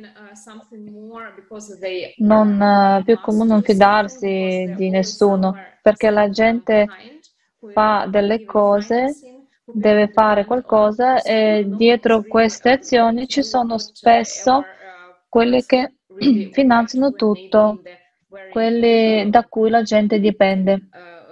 non fidarsi di nessuno, perché la gente fa delle cose, deve fare qualcosa e dietro queste azioni ci sono spesso quelli che finanziano tutto, quelli da cui la gente dipende.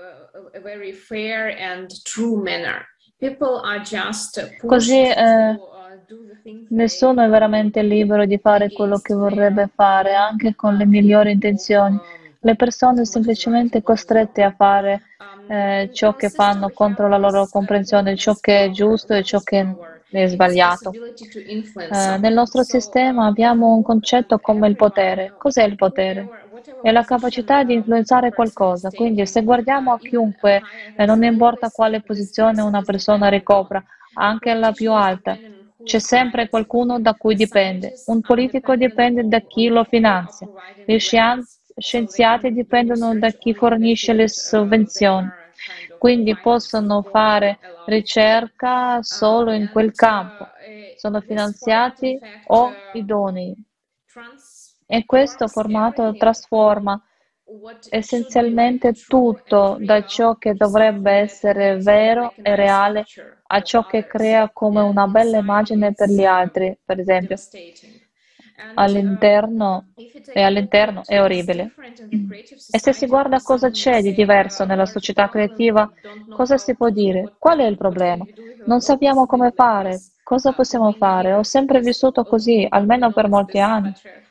Così nessuno è veramente libero di fare quello che vorrebbe fare, anche con le migliori intenzioni. Le persone sono semplicemente costrette a fare ciò che fanno contro la loro comprensione, ciò che è giusto e ciò che è sbagliato. Nel nostro sistema abbiamo un concetto come il potere. Cos'è il potere? È la capacità di influenzare qualcosa. Quindi se guardiamo a chiunque, non importa quale posizione una persona ricopra, anche la più alta, c'è sempre qualcuno da cui dipende. Un politico dipende da chi lo finanzia. Gli scienziati dipendono da chi fornisce le sovvenzioni. Quindi possono fare ricerca solo in quel campo. Sono finanziati o idonei. E questo formato trasforma essenzialmente tutto da ciò che dovrebbe essere vero e reale a ciò che crea come una bella immagine per gli altri, per esempio. All'interno è orribile. E se si guarda cosa c'è di diverso nella società creativa, cosa si può dire? Qual è il problema? Non sappiamo come fare. Cosa possiamo fare? Ho sempre vissuto così, almeno per molti anni.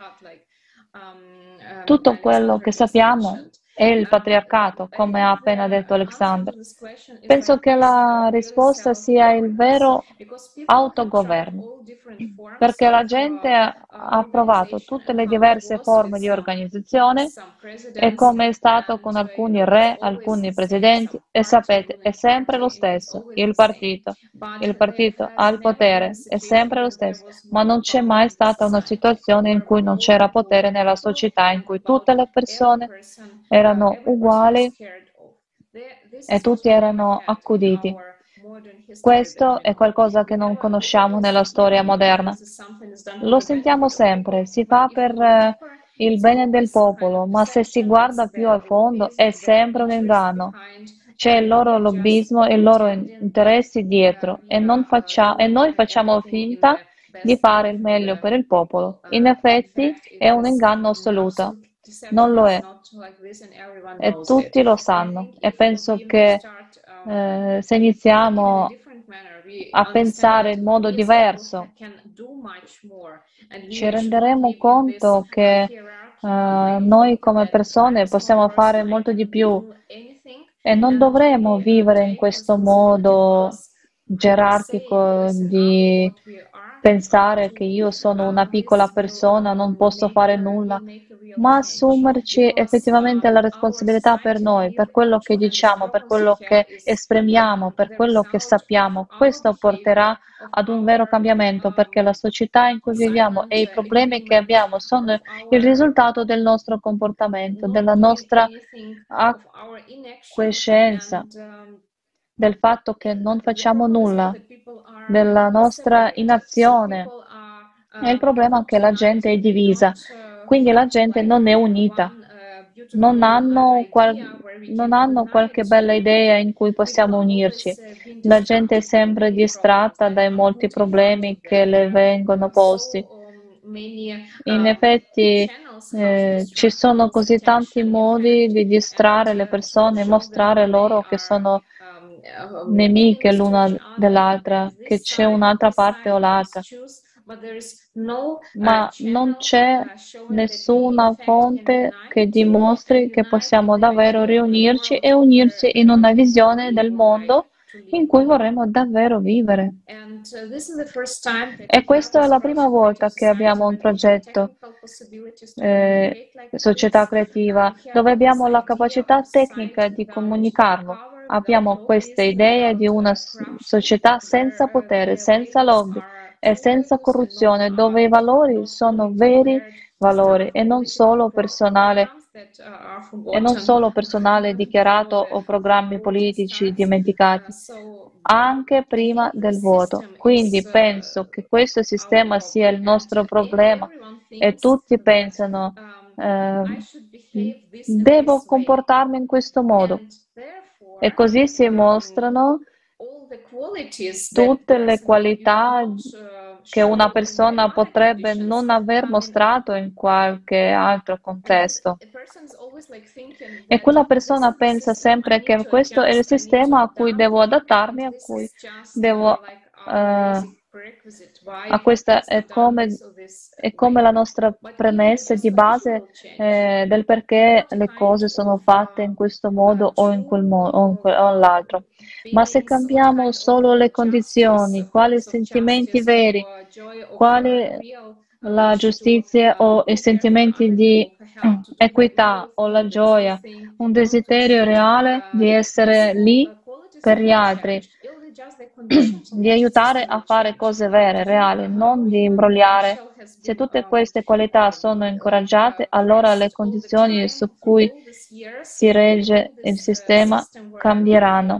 Tutto quello che sappiamo è il patriarcato, come ha appena detto Alexander. Penso che la risposta sia il vero autogoverno, perché la gente ha provato tutte le diverse forme di organizzazione e come è stato con alcuni re, alcuni presidenti, e sapete, è sempre lo stesso, il partito ha il potere, è sempre lo stesso, ma non c'è mai stata una situazione in cui non c'era potere nella società, in cui tutte le persone erano uguali e tutti erano accuditi. Questo è qualcosa che non conosciamo nella storia moderna. Lo sentiamo sempre, si fa per il bene del popolo, ma se si guarda più a fondo è sempre un inganno. C'è il loro lobbismo e i loro interessi dietro e noi facciamo finta di fare il meglio per il popolo. In effetti è un inganno assoluto. Non lo è. E tutti lo sanno. E penso che se iniziamo a pensare in modo diverso, ci renderemo conto che noi come persone possiamo fare molto di più e non dovremo vivere in questo modo gerarchico di pensare che io sono una piccola persona, non posso fare nulla. ma assumerci effettivamente la responsabilità per noi, per quello che diciamo, per quello che esprimiamo, per quello che sappiamo. Questo porterà ad un vero cambiamento, perché la società in cui viviamo e i problemi che abbiamo sono il risultato del nostro comportamento, della nostra acquiescenza, del fatto che non facciamo nulla, della nostra inazione. E il problema è che la gente è divisa, quindi la gente non è unita, non hanno qualche bella idea in cui possiamo unirci. La gente è sempre distratta dai molti problemi che le vengono posti. In effetti ci sono così tanti modi di distrarre le persone, mostrare loro che sono nemiche l'una dell'altra, che c'è un'altra parte o l'altra. Ma non c'è nessuna fonte che dimostri che possiamo davvero riunirci e unirci in una visione del mondo in cui vorremmo davvero vivere. E questa è la prima volta che abbiamo un progetto società creativa dove abbiamo la capacità tecnica di comunicarlo. Abbiamo questa idea di una società senza potere, senza lobby e senza corruzione, dove i valori sono veri valori e non solo personale dichiarato o programmi politici dimenticati, anche prima del voto. Quindi penso che questo sistema sia il nostro problema e tutti pensano devo comportarmi in questo modo e così si mostrano tutte le qualità che una persona potrebbe non aver mostrato in qualche altro contesto. E quella persona pensa sempre che questo è il sistema a cui devo adattarmi, a cui devo... questa è come la nostra premessa di base del perché le cose sono fatte in questo modo o in quel modo o l'altro. Ma se cambiamo solo le condizioni, quali sentimenti veri, quali la giustizia o i sentimenti di equità o la gioia, un desiderio reale di essere lì per gli altri, di aiutare a fare cose vere, reali, non di imbrogliare. Se tutte queste qualità sono incoraggiate, allora le condizioni su cui si regge il sistema cambieranno.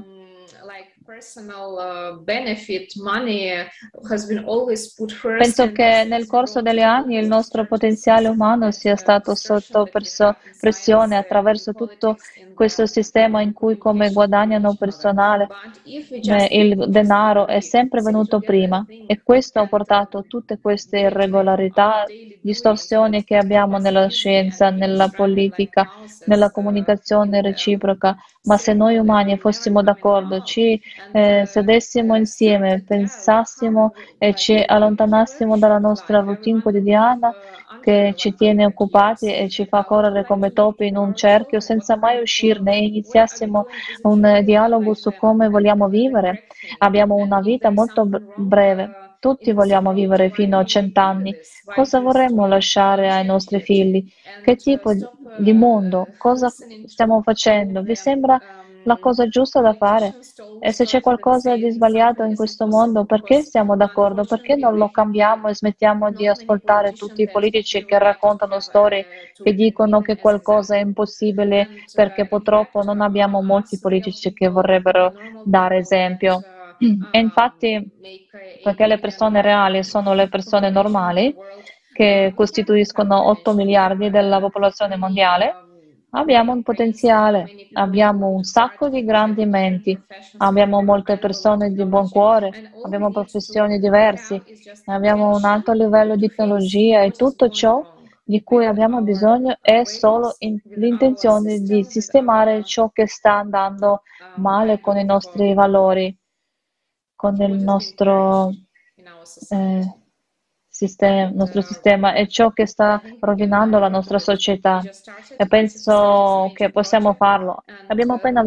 Penso che nel corso degli anni il nostro potenziale umano sia stato sotto pressione attraverso tutto questo sistema in cui come guadagnano personale, il denaro è sempre venuto prima e questo ha portato tutte queste irregolarità, distorsioni che abbiamo nella scienza, nella politica, nella comunicazione reciproca. Ma se noi umani fossimo d'accordo, ci sedessimo insieme, pensassimo e ci allontanassimo dalla nostra routine quotidiana che ci tiene occupati e ci fa correre come topi in un cerchio senza mai uscirne e iniziassimo un dialogo su come vogliamo vivere. Abbiamo una vita molto breve. Tutti vogliamo vivere fino a 100 anni. Cosa vorremmo lasciare ai nostri figli? Che tipo di mondo? Cosa stiamo facendo? Vi sembra la cosa giusta da fare? E se c'è qualcosa di sbagliato in questo mondo, perché siamo d'accordo? Perché non lo cambiamo e smettiamo di ascoltare tutti i politici che raccontano storie, che dicono che qualcosa è impossibile perché purtroppo non abbiamo molti politici che vorrebbero dare esempio? E infatti, perché le persone reali sono le persone normali, che costituiscono 8 miliardi della popolazione mondiale, abbiamo un potenziale, abbiamo un sacco di grandi menti, abbiamo molte persone di buon cuore, abbiamo professioni diverse, abbiamo un alto livello di tecnologia e tutto ciò di cui abbiamo bisogno è solo l'intenzione di sistemare ciò che sta andando male con i nostri valori, con il nostro nostro sistema è ciò che sta rovinando la nostra società e penso che possiamo farlo. Abbiamo appena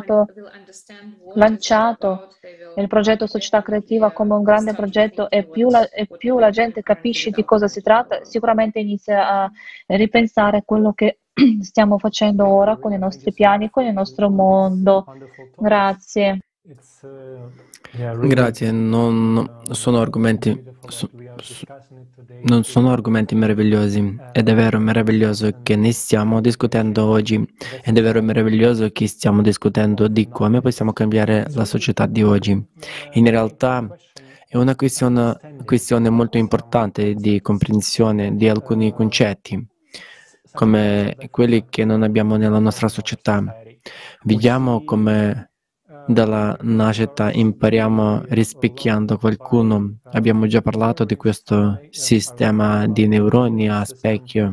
lanciato il progetto Società Creativa come un grande progetto e più la gente capisce di cosa si tratta, sicuramente inizia a ripensare quello che stiamo facendo ora con i nostri piani, con il nostro mondo. Grazie. Grazie, non sono argomenti meravigliosi ed è vero meraviglioso che ne stiamo discutendo oggi ed è vero meraviglioso che stiamo discutendo di come possiamo cambiare la società di oggi. In realtà è una questione molto importante di comprensione di alcuni concetti, come quelli che non abbiamo nella nostra società. Vediamo come dalla nascita impariamo rispecchiando qualcuno. Abbiamo già parlato di questo sistema di neuroni a specchio.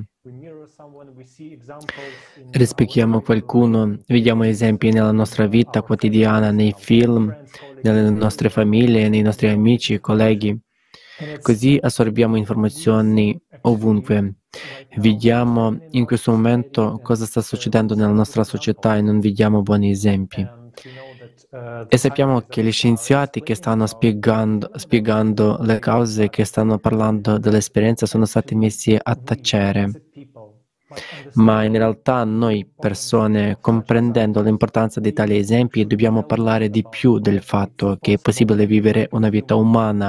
Rispecchiamo qualcuno, vediamo esempi nella nostra vita quotidiana, nei film, nelle nostre famiglie, nei nostri amici, colleghi. Così assorbiamo informazioni ovunque. Vediamo in questo momento cosa sta succedendo nella nostra società e non vediamo buoni esempi. E sappiamo che gli scienziati che stanno spiegando le cause, che stanno parlando dell'esperienza, sono stati messi a tacere. Ma in realtà noi persone, comprendendo l'importanza di tali esempi, dobbiamo parlare di più del fatto che è possibile vivere una vita umana.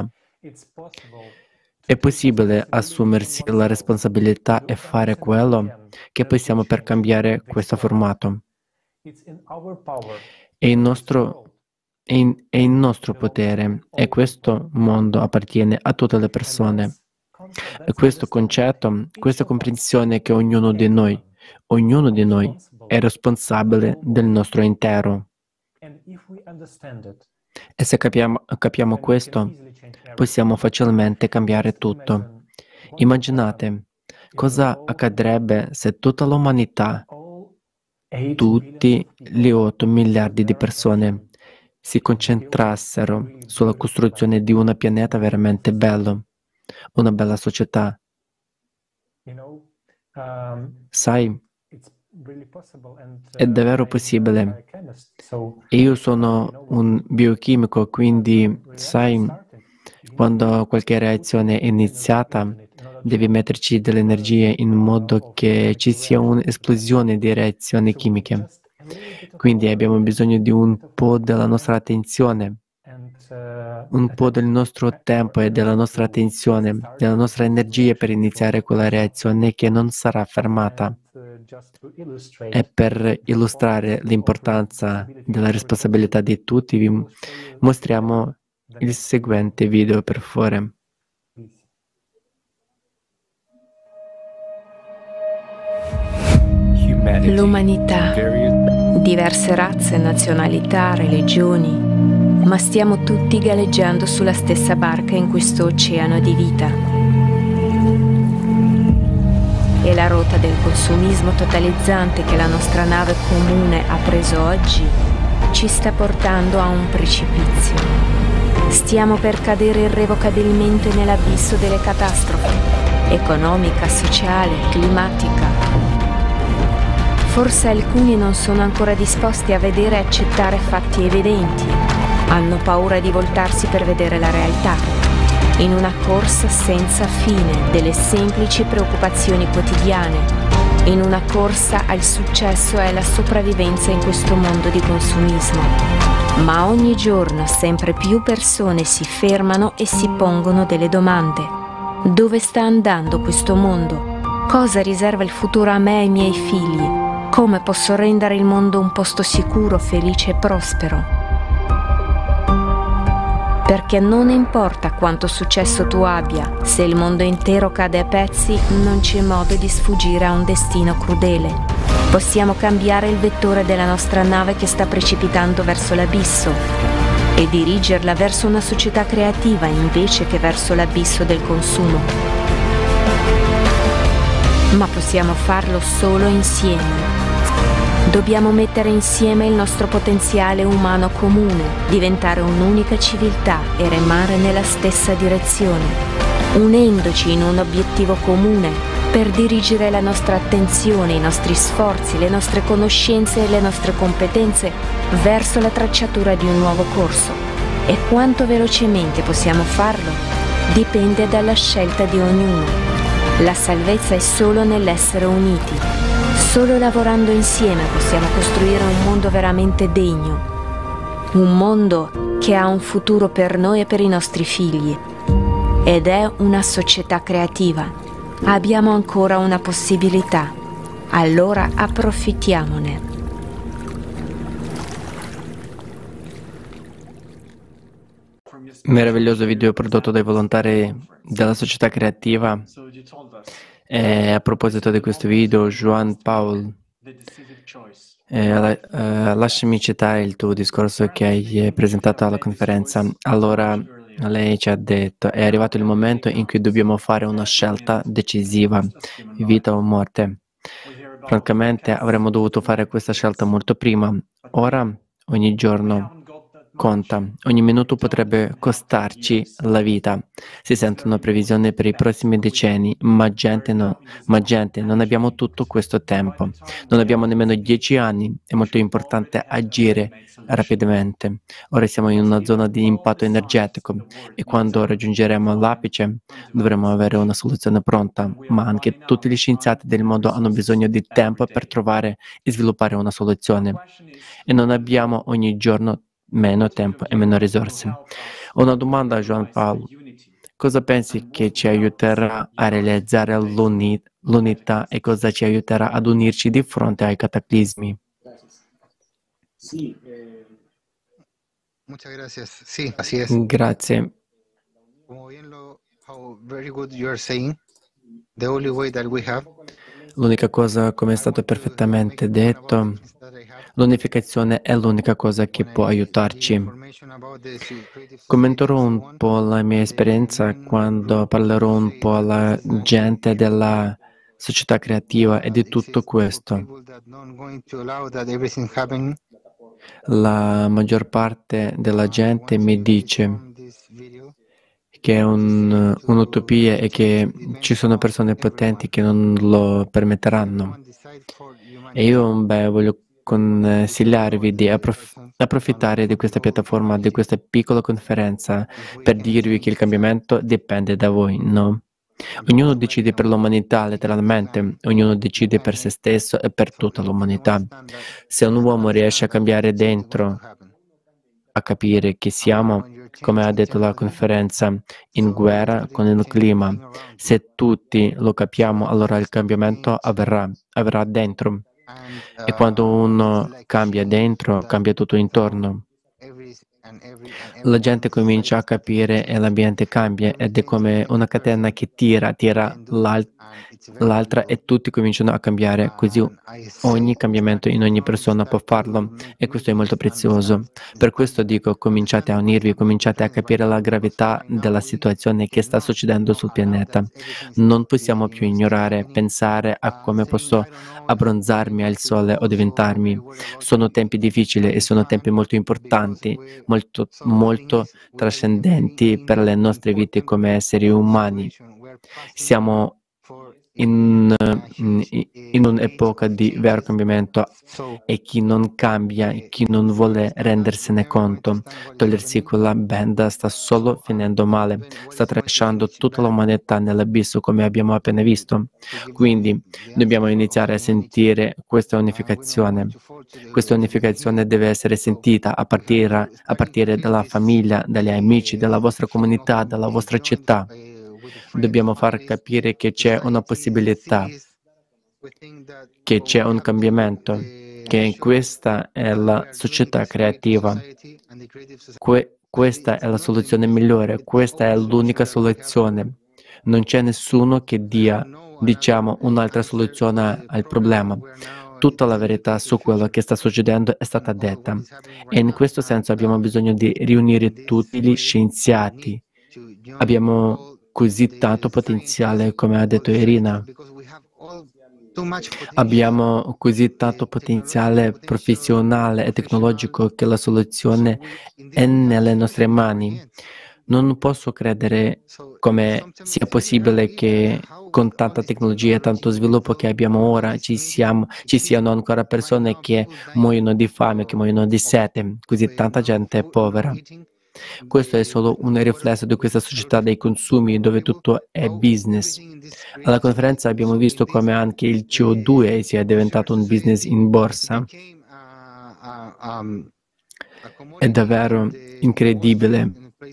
È possibile assumersi la responsabilità e fare quello che possiamo per cambiare questo formato. È in nostro potere e questo mondo appartiene a tutte le persone. E questo concetto, questa comprensione che ognuno di noi è responsabile del nostro intero. E se capiamo questo, possiamo facilmente cambiare tutto. Immaginate cosa accadrebbe se tutta l'umanità, tutti gli 8 miliardi di persone, si concentrassero sulla costruzione di un pianeta veramente bello, una bella società. Sai, è davvero possibile. Io sono un biochimico, quindi, sai, quando qualche reazione è iniziata, devi metterci delle energie in modo che ci sia un'esplosione di reazioni chimiche. Quindi abbiamo bisogno di un po' della nostra attenzione, un po' del nostro tempo e della nostra attenzione, della nostra energia per iniziare quella reazione che non sarà fermata. E per illustrare l'importanza della responsabilità di tutti, vi mostriamo il seguente video, per favore. L'umanità, diverse razze, nazionalità, religioni, ma stiamo tutti galleggiando sulla stessa barca in questo oceano di vita. E la rotta del consumismo totalizzante che la nostra nave comune ha preso oggi ci sta portando a un precipizio. Stiamo per cadere irrevocabilmente nell'abisso delle catastrofi, economica, sociale, climatica. Forse alcuni non sono ancora disposti a vedere e accettare fatti evidenti. Hanno paura di voltarsi per vedere la realtà. In una corsa senza fine delle semplici preoccupazioni quotidiane, in una corsa al successo e alla sopravvivenza in questo mondo di consumismo. Ma ogni giorno sempre più persone si fermano e si pongono delle domande. Dove sta andando questo mondo? Cosa riserva il futuro a me e ai miei figli? Come posso rendere il mondo un posto sicuro, felice e prospero? Perché non importa quanto successo tu abbia, se il mondo intero cade a pezzi, non c'è modo di sfuggire a un destino crudele. Possiamo cambiare il vettore della nostra nave che sta precipitando verso l'abisso e dirigerla verso una società creativa invece che verso l'abisso del consumo. Ma possiamo farlo solo insieme. Dobbiamo mettere insieme il nostro potenziale umano comune, diventare un'unica civiltà e remare nella stessa direzione. unendoci in un obiettivo comune per dirigere la nostra attenzione, i nostri sforzi, le nostre conoscenze e le nostre competenze verso la tracciatura di un nuovo corso. E quanto velocemente possiamo farlo dipende dalla scelta di ognuno. La salvezza è solo nell'essere uniti. Solo lavorando insieme possiamo costruire un mondo veramente degno. Un mondo che ha un futuro per noi e per i nostri figli. Ed è una società creativa. Abbiamo ancora una possibilità. Allora approfittiamone. Meraviglioso video prodotto dai volontari della società creativa. E a proposito di questo video, Joan Paul, lasciami citare il tuo discorso che hai presentato alla conferenza. Allora, lei ci ha detto, è arrivato il momento in cui dobbiamo fare una scelta decisiva, vita o morte. Francamente, avremmo dovuto fare questa scelta molto prima. Ora, ogni giorno conta, ogni minuto potrebbe costarci la vita. Si sente una previsione per i prossimi decenni, ma gente, non abbiamo tutto questo tempo. Non abbiamo nemmeno 10 anni. È molto importante agire rapidamente. Ora siamo in una zona di impatto energetico e quando raggiungeremo l'apice dovremo avere una soluzione pronta, ma anche tutti gli scienziati del mondo hanno bisogno di tempo per trovare e sviluppare una soluzione. E non abbiamo ogni giorno meno tempo e meno risorse. Ho una domanda a Joan Paul. Cosa pensi che ci aiuterà a realizzare l'unità e cosa ci aiuterà ad unirci di fronte ai cataclismi? Grazie. L'unica cosa, come è stato perfettamente detto, l'unificazione è l'unica cosa che può aiutarci. Commenterò un po' la mia esperienza quando parlerò un po' alla gente della società creativa e di tutto questo. La maggior parte della gente mi dice che è un'utopia e che ci sono persone potenti che non lo permetteranno. E io voglio consigliarvi di approfittare di questa piattaforma, di questa piccola conferenza per dirvi che il cambiamento dipende da voi, no? Ognuno decide per l'umanità, letteralmente, ognuno decide per se stesso e per tutta l'umanità. Se un uomo riesce a cambiare dentro, a capire che siamo, come ha detto la conferenza, in guerra con il clima. Se tutti lo capiamo, allora il cambiamento avverrà dentro. E quando uno cambia dentro, cambia tutto intorno. La gente comincia a capire e l'ambiente cambia ed è come una catena che tira l'altra e tutti cominciano a cambiare. Così ogni cambiamento in ogni persona può farlo e questo è molto prezioso. Per questo dico, cominciate a unirvi, cominciate a capire la gravità della situazione che sta succedendo sul pianeta. Non possiamo più ignorare, pensare a come posso abbronzarmi al sole o diventarmi. Sono tempi difficili e sono tempi molto importanti, molto trascendenti per le nostre vite come esseri umani. Siamo in un'epoca di vero cambiamento e chi non cambia, chi non vuole rendersene conto, togliersi quella benda sta solo finendo male, sta trascinando tutta l'umanità nell'abisso come abbiamo appena visto. Quindi dobbiamo iniziare a sentire questa unificazione. Questa unificazione deve essere sentita a partire dalla famiglia, dagli amici, dalla vostra comunità, dalla vostra città. Dobbiamo far capire che c'è una possibilità, che c'è un cambiamento, che questa è la società creativa. Questa è la soluzione migliore, questa è l'unica soluzione. Non c'è nessuno che dia, un'altra soluzione al problema. Tutta la verità su quello che sta succedendo è stata detta e in questo senso abbiamo bisogno di riunire tutti gli scienziati. Abbiamo così tanto potenziale, come ha detto Irina. Abbiamo così tanto potenziale professionale e tecnologico che la soluzione è nelle nostre mani. Non posso credere come sia possibile che con tanta tecnologia e tanto sviluppo che abbiamo ora ci siano ancora persone che muoiono di fame, che muoiono di sete, così tanta gente è povera. Questo è solo un riflesso di questa società dei consumi dove tutto è business. Alla conferenza abbiamo visto come anche il CO2 sia diventato un business in borsa. È davvero incredibile.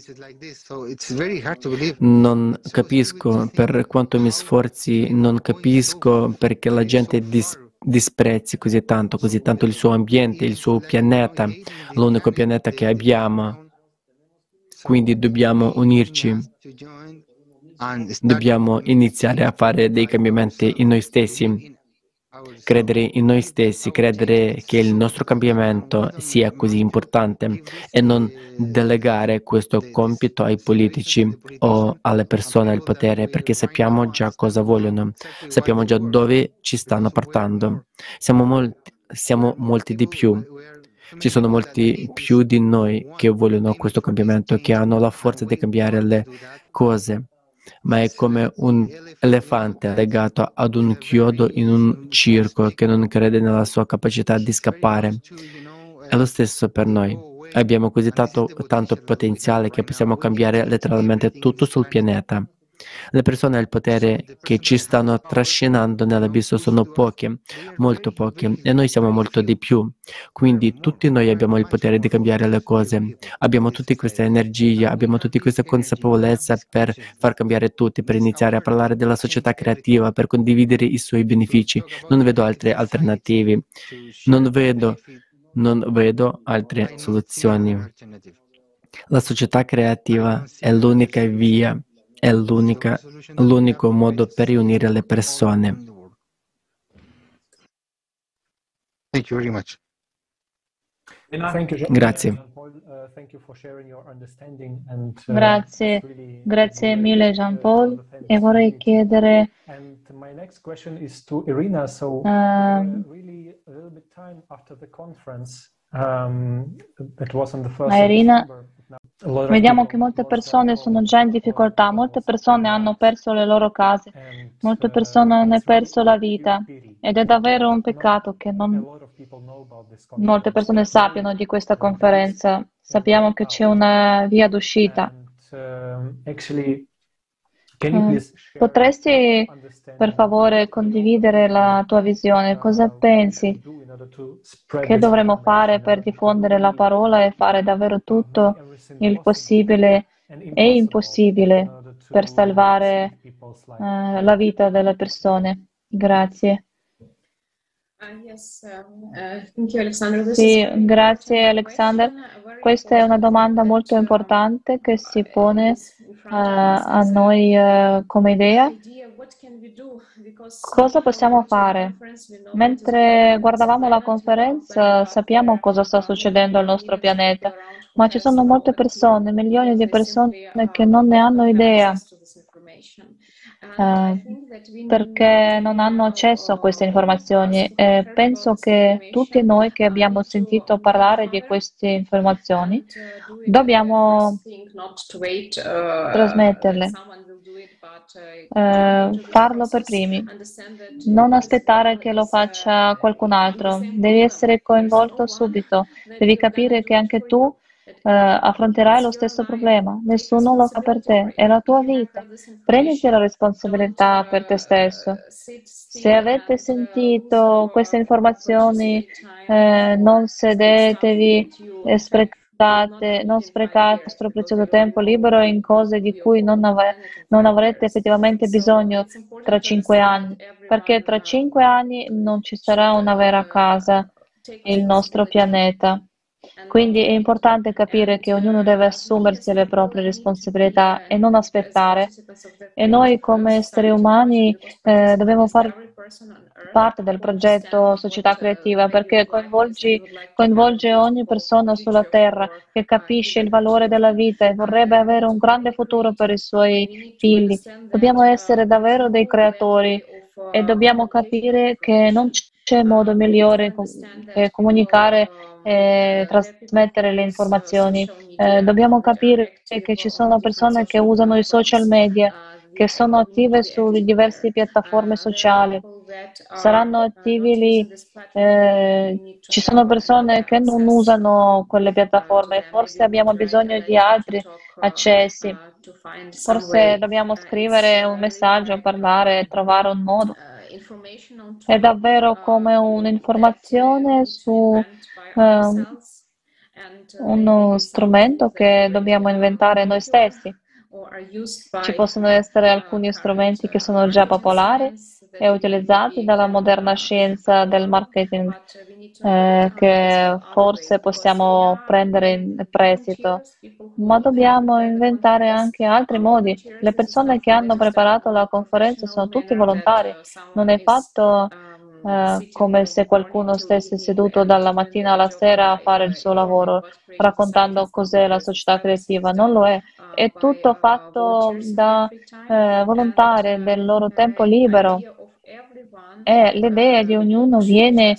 Non capisco per quanto mi sforzi, non capisco perché la gente disprezzi così tanto il suo ambiente, il suo pianeta, l'unico pianeta che abbiamo. Quindi dobbiamo unirci, dobbiamo iniziare a fare dei cambiamenti in noi stessi. Credere in noi stessi, credere che il nostro cambiamento sia così importante e non delegare questo compito ai politici o alle persone al potere, perché sappiamo già cosa vogliono, sappiamo già dove ci stanno portando. Siamo molti di più. Ci sono molti più di noi che vogliono questo cambiamento, che hanno la forza di cambiare le cose. Ma è come un elefante legato ad un chiodo in un circo che non crede nella sua capacità di scappare. È lo stesso per noi. Abbiamo così tanto potenziale che possiamo cambiare letteralmente tutto sul pianeta. Le persone al potere che ci stanno trascinando nell'abisso sono poche, molto poche, e noi siamo molto di più. Quindi tutti noi abbiamo il potere di cambiare le cose. Abbiamo tutta questa energia, abbiamo tutta questa consapevolezza per far cambiare tutti, per iniziare a parlare della società creativa, per condividere i suoi benefici. Non vedo altre alternative. Non vedo altre soluzioni. La società creativa è l'unica via. È l'unico modo per riunire le persone. Grazie. Grazie mille Jean-Paul e vorrei chiedere a Irina. Vediamo che molte persone sono già in difficoltà, molte persone hanno perso le loro case, molte persone hanno perso la vita ed è davvero un peccato che non molte persone sappiano di questa conferenza. Sappiamo che c'è una via d'uscita. Potresti per favore condividere la tua visione? Cosa pensi? Che dovremmo fare per diffondere la parola e fare davvero tutto il possibile e impossibile per salvare la vita delle persone? Grazie. Sì, grazie Alexander. Questa è una domanda molto importante che si pone a noi come idea. Cosa possiamo fare? Mentre guardavamo la conferenza, sappiamo cosa sta succedendo al nostro pianeta, ma ci sono molte persone, milioni di persone che non ne hanno idea. Perché non hanno accesso a queste informazioni e penso che tutti noi che abbiamo sentito parlare di queste informazioni dobbiamo trasmetterle, farlo per primi, non aspettare che lo faccia qualcun altro, devi essere coinvolto subito, devi capire che anche tu affronterai lo stesso problema, nessuno lo fa per te, è la tua vita, prenditi la responsabilità per te stesso. Se avete sentito queste informazioni, non sedetevi e non sprecate il vostro prezioso tempo libero in cose di cui non avrete effettivamente bisogno tra 5 anni, perché tra 5 anni non ci sarà una vera casa, il nostro pianeta. Quindi è importante capire che ognuno deve assumersi le proprie responsabilità e non aspettare. E noi come esseri umani dobbiamo fare parte del progetto Società Creativa perché coinvolge ogni persona sulla Terra che capisce il valore della vita e vorrebbe avere un grande futuro per i suoi figli. Dobbiamo essere davvero dei creatori e dobbiamo capire che non c'è modo migliore per comunicare e trasmettere le informazioni. Dobbiamo capire che ci sono persone che usano i social media, che sono attive su diverse piattaforme sociali, saranno attivi lì. Ci sono persone che non usano quelle piattaforme, forse abbiamo bisogno di altri accessi. Forse dobbiamo scrivere un messaggio, parlare, trovare un modo. È davvero come un'informazione su uno strumento che dobbiamo inventare noi stessi. Ci possono essere alcuni strumenti che sono già popolari e utilizzati dalla moderna scienza del marketing, che forse possiamo prendere in prestito, ma dobbiamo inventare anche altri modi. Le persone che hanno preparato la conferenza sono tutti volontari, non è fatto come se qualcuno stesse seduto dalla mattina alla sera a fare il suo lavoro, raccontando cos'è la società creativa. Non lo è tutto fatto da volontari del loro tempo libero e l'idea di ognuno viene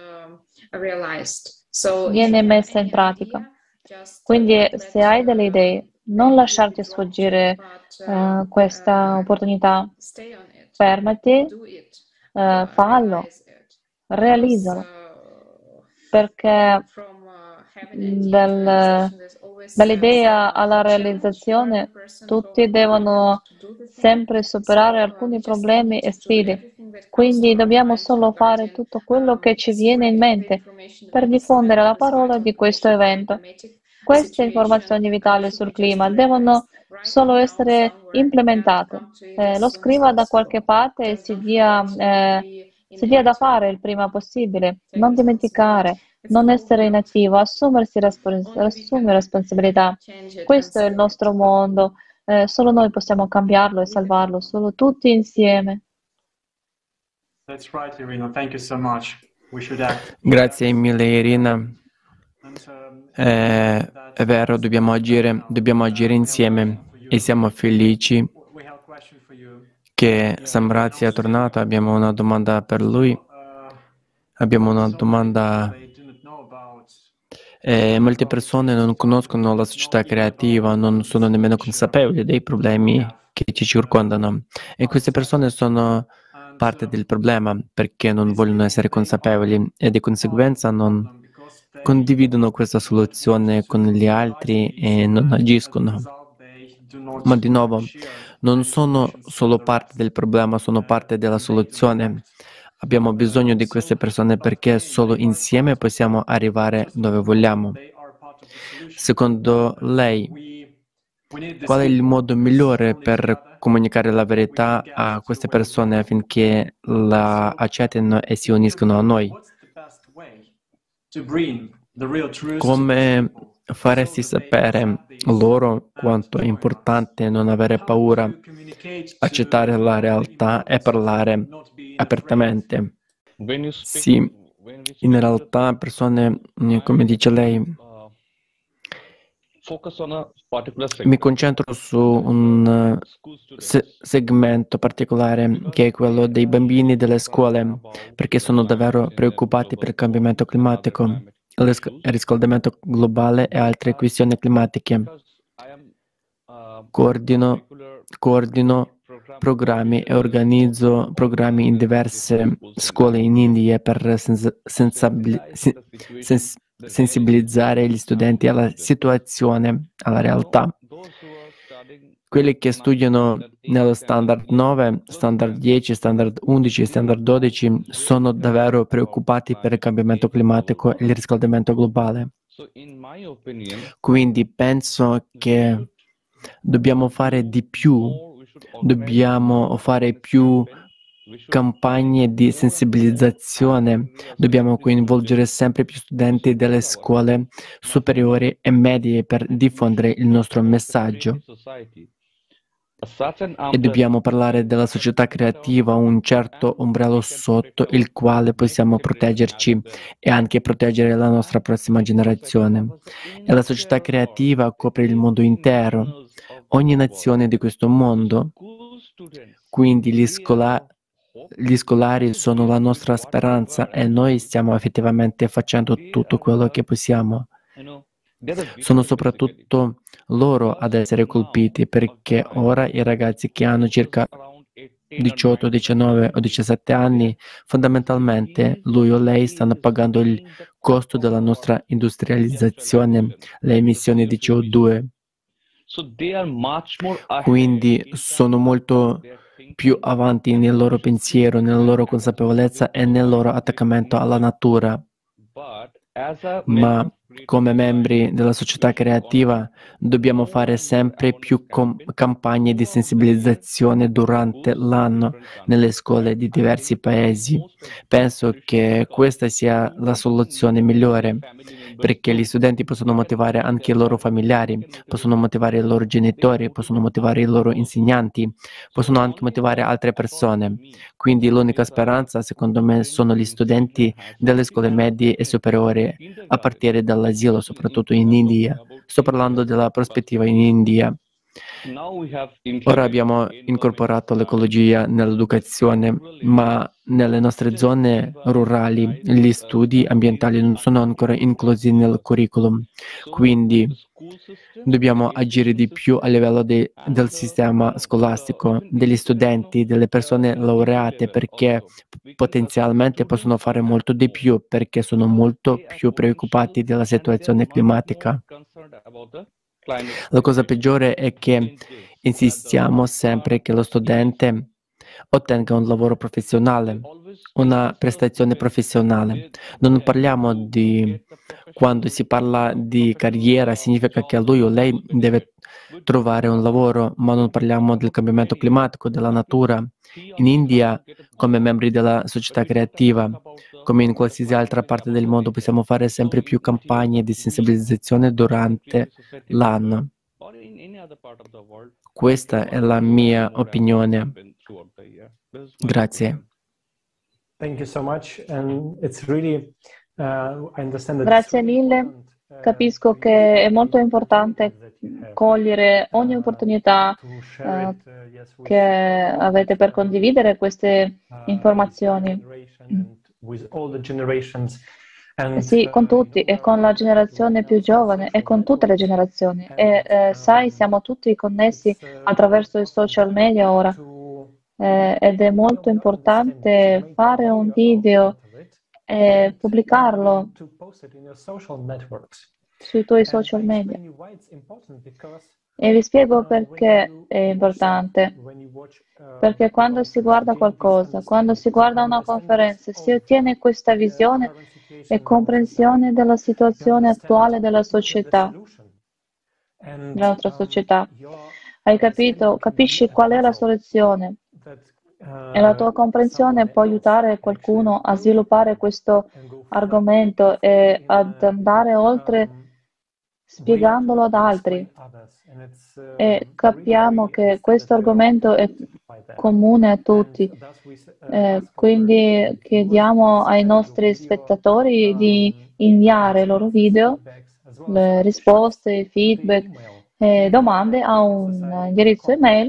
messa in pratica. Quindi se hai delle idee, non lasciarti sfuggire questa opportunità. Fermati, fallo, realizzalo, perché dall'idea alla realizzazione tutti devono sempre superare alcuni problemi e sfide. Quindi dobbiamo solo fare tutto quello che ci viene in mente per diffondere la parola di questo evento. Queste informazioni vitali sul clima devono solo essere implementate. Lo scriva da qualche parte e si dia da fare il prima possibile. Non dimenticare, non essere inattivo, assumere responsabilità. Questo è il nostro mondo. Solo noi possiamo cambiarlo e salvarlo, solo tutti insieme. Grazie mille, Irina. È vero, dobbiamo agire insieme e siamo felici che Samrat sia tornato. Abbiamo una domanda per lui. Abbiamo una domanda. Molte persone non conoscono la società creativa, non sono nemmeno consapevoli dei problemi che ci circondano. E queste persone sono parte del problema perché non vogliono essere consapevoli e di conseguenza non condividono questa soluzione con gli altri e non agiscono. Ma di nuovo, non sono solo parte del problema, sono parte della soluzione. Abbiamo bisogno di queste persone perché solo insieme possiamo arrivare dove vogliamo. Secondo lei, qual è il modo migliore per comunicare la verità a queste persone affinché la accettino e si uniscono a noi? Come faresti sapere loro quanto è importante non avere paura, accettare la realtà e parlare apertamente? Sì, in realtà persone, come dice lei, mi concentro su un segmento particolare che è quello dei bambini delle scuole, perché sono davvero preoccupati per il cambiamento climatico, il riscaldamento globale e altre questioni climatiche. Coordino programmi e organizzo programmi in diverse scuole in India per sensibilizzare gli studenti alla situazione, alla realtà. Quelli che studiano nello standard 9, standard 10, standard 11, standard 12 sono davvero preoccupati per il cambiamento climatico e il riscaldamento globale. Quindi penso che dobbiamo fare di più, dobbiamo fare più campagne di sensibilizzazione, dobbiamo coinvolgere sempre più studenti delle scuole superiori e medie per diffondere il nostro messaggio. E dobbiamo parlare della società creativa, un certo ombrello sotto il quale possiamo proteggerci e anche proteggere la nostra prossima generazione. E la società creativa copre il mondo intero, ogni nazione di questo mondo. Quindi gli gli scolari sono la nostra speranza e noi stiamo effettivamente facendo tutto quello che possiamo. Sono soprattutto loro ad essere colpiti, perché ora i ragazzi che hanno circa 18, 19 o 17 anni, fondamentalmente lui o lei stanno pagando il costo della nostra industrializzazione, le emissioni di CO2. Quindi sono molto più avanti nel loro pensiero, nella loro consapevolezza e nel loro attaccamento alla natura. Ma come membri della società creativa dobbiamo fare sempre più campagne di sensibilizzazione durante l'anno nelle scuole di diversi paesi. Penso che questa sia la soluzione migliore, perché gli studenti possono motivare anche i loro familiari, possono motivare i loro genitori, possono motivare i loro insegnanti, possono anche motivare altre persone. Quindi l'unica speranza, secondo me, sono gli studenti delle scuole medie e superiori a partire dall'asilo, soprattutto in India. Sto parlando della prospettiva in India. Ora abbiamo incorporato l'ecologia nell'educazione, ma nelle nostre zone rurali gli studi ambientali non sono ancora inclusi nel curriculum. Quindi dobbiamo agire di più a livello del sistema scolastico, degli studenti, delle persone laureate, perché potenzialmente possono fare molto di più, perché sono molto più preoccupati della situazione climatica. La cosa peggiore è che insistiamo sempre che lo studente ottenga un lavoro professionale, una prestazione professionale. Non parliamo di quando si parla di carriera, significa che lui o lei deve trovare un lavoro, ma non parliamo del cambiamento climatico, della natura. In India, come membri della società creativa, come in qualsiasi altra parte del mondo, possiamo fare sempre più campagne di sensibilizzazione durante l'anno. Questa è la mia opinione. Grazie. Grazie mille. Capisco che è molto importante cogliere ogni opportunità che avete per condividere queste informazioni. Sì, con tutti e con la generazione più giovane e con tutte le generazioni. E sai, siamo tutti connessi attraverso i social media ora ed è molto importante fare un video e pubblicarlo sui tuoi social media. E vi spiego perché è importante. Perché quando si guarda qualcosa, quando si guarda una conferenza, si ottiene questa visione e comprensione della situazione attuale della società, della nostra società. Hai capito? Capisci qual è la soluzione? E la tua comprensione può aiutare qualcuno a sviluppare questo argomento e ad andare oltre spiegandolo ad altri. E capiamo che questo argomento è comune a tutti. Quindi chiediamo ai nostri spettatori di inviare i loro video, le risposte, i feedback e domande a un indirizzo email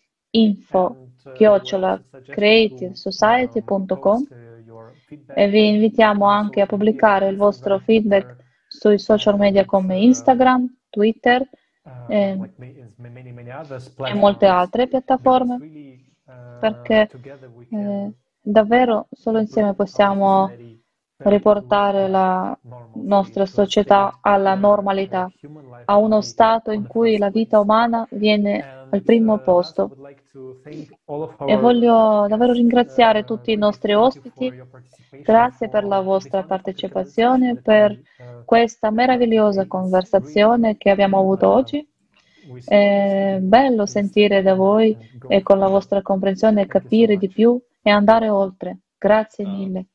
info@creativesociety.com e vi invitiamo anche a pubblicare il vostro feedback sui social media come Instagram, Twitter e molte altre piattaforme, perché davvero solo insieme possiamo riportare la nostra società alla normalità, a uno stato in cui la vita umana viene al primo posto. E voglio davvero ringraziare tutti i nostri ospiti. Grazie per la vostra partecipazione, per questa meravigliosa conversazione che abbiamo avuto oggi. È bello sentire da voi e con la vostra comprensione capire di più e andare oltre. Grazie mille.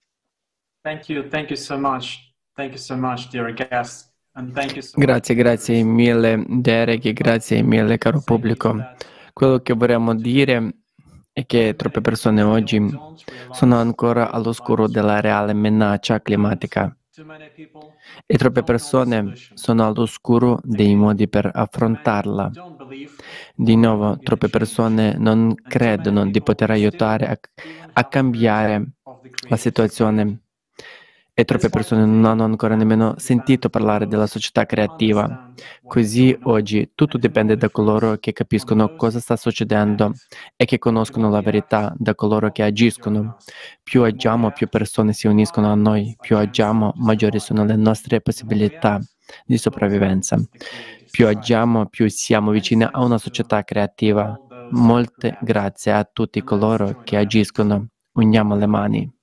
Grazie mille Derek e grazie mille caro pubblico. Quello che vorremmo dire è che troppe persone oggi sono ancora all'oscuro della reale minaccia climatica e troppe persone sono all'oscuro dei modi per affrontarla. Di nuovo, troppe persone non credono di poter aiutare a cambiare la situazione. E troppe persone non hanno ancora nemmeno sentito parlare della società creativa. Così oggi tutto dipende da coloro che capiscono cosa sta succedendo e che conoscono la verità, da coloro che agiscono. Più agiamo, più persone si uniscono a noi. Più agiamo, maggiori sono le nostre possibilità di sopravvivenza. Più agiamo, più siamo vicini a una società creativa. Molte grazie a tutti coloro che agiscono. Uniamo le mani.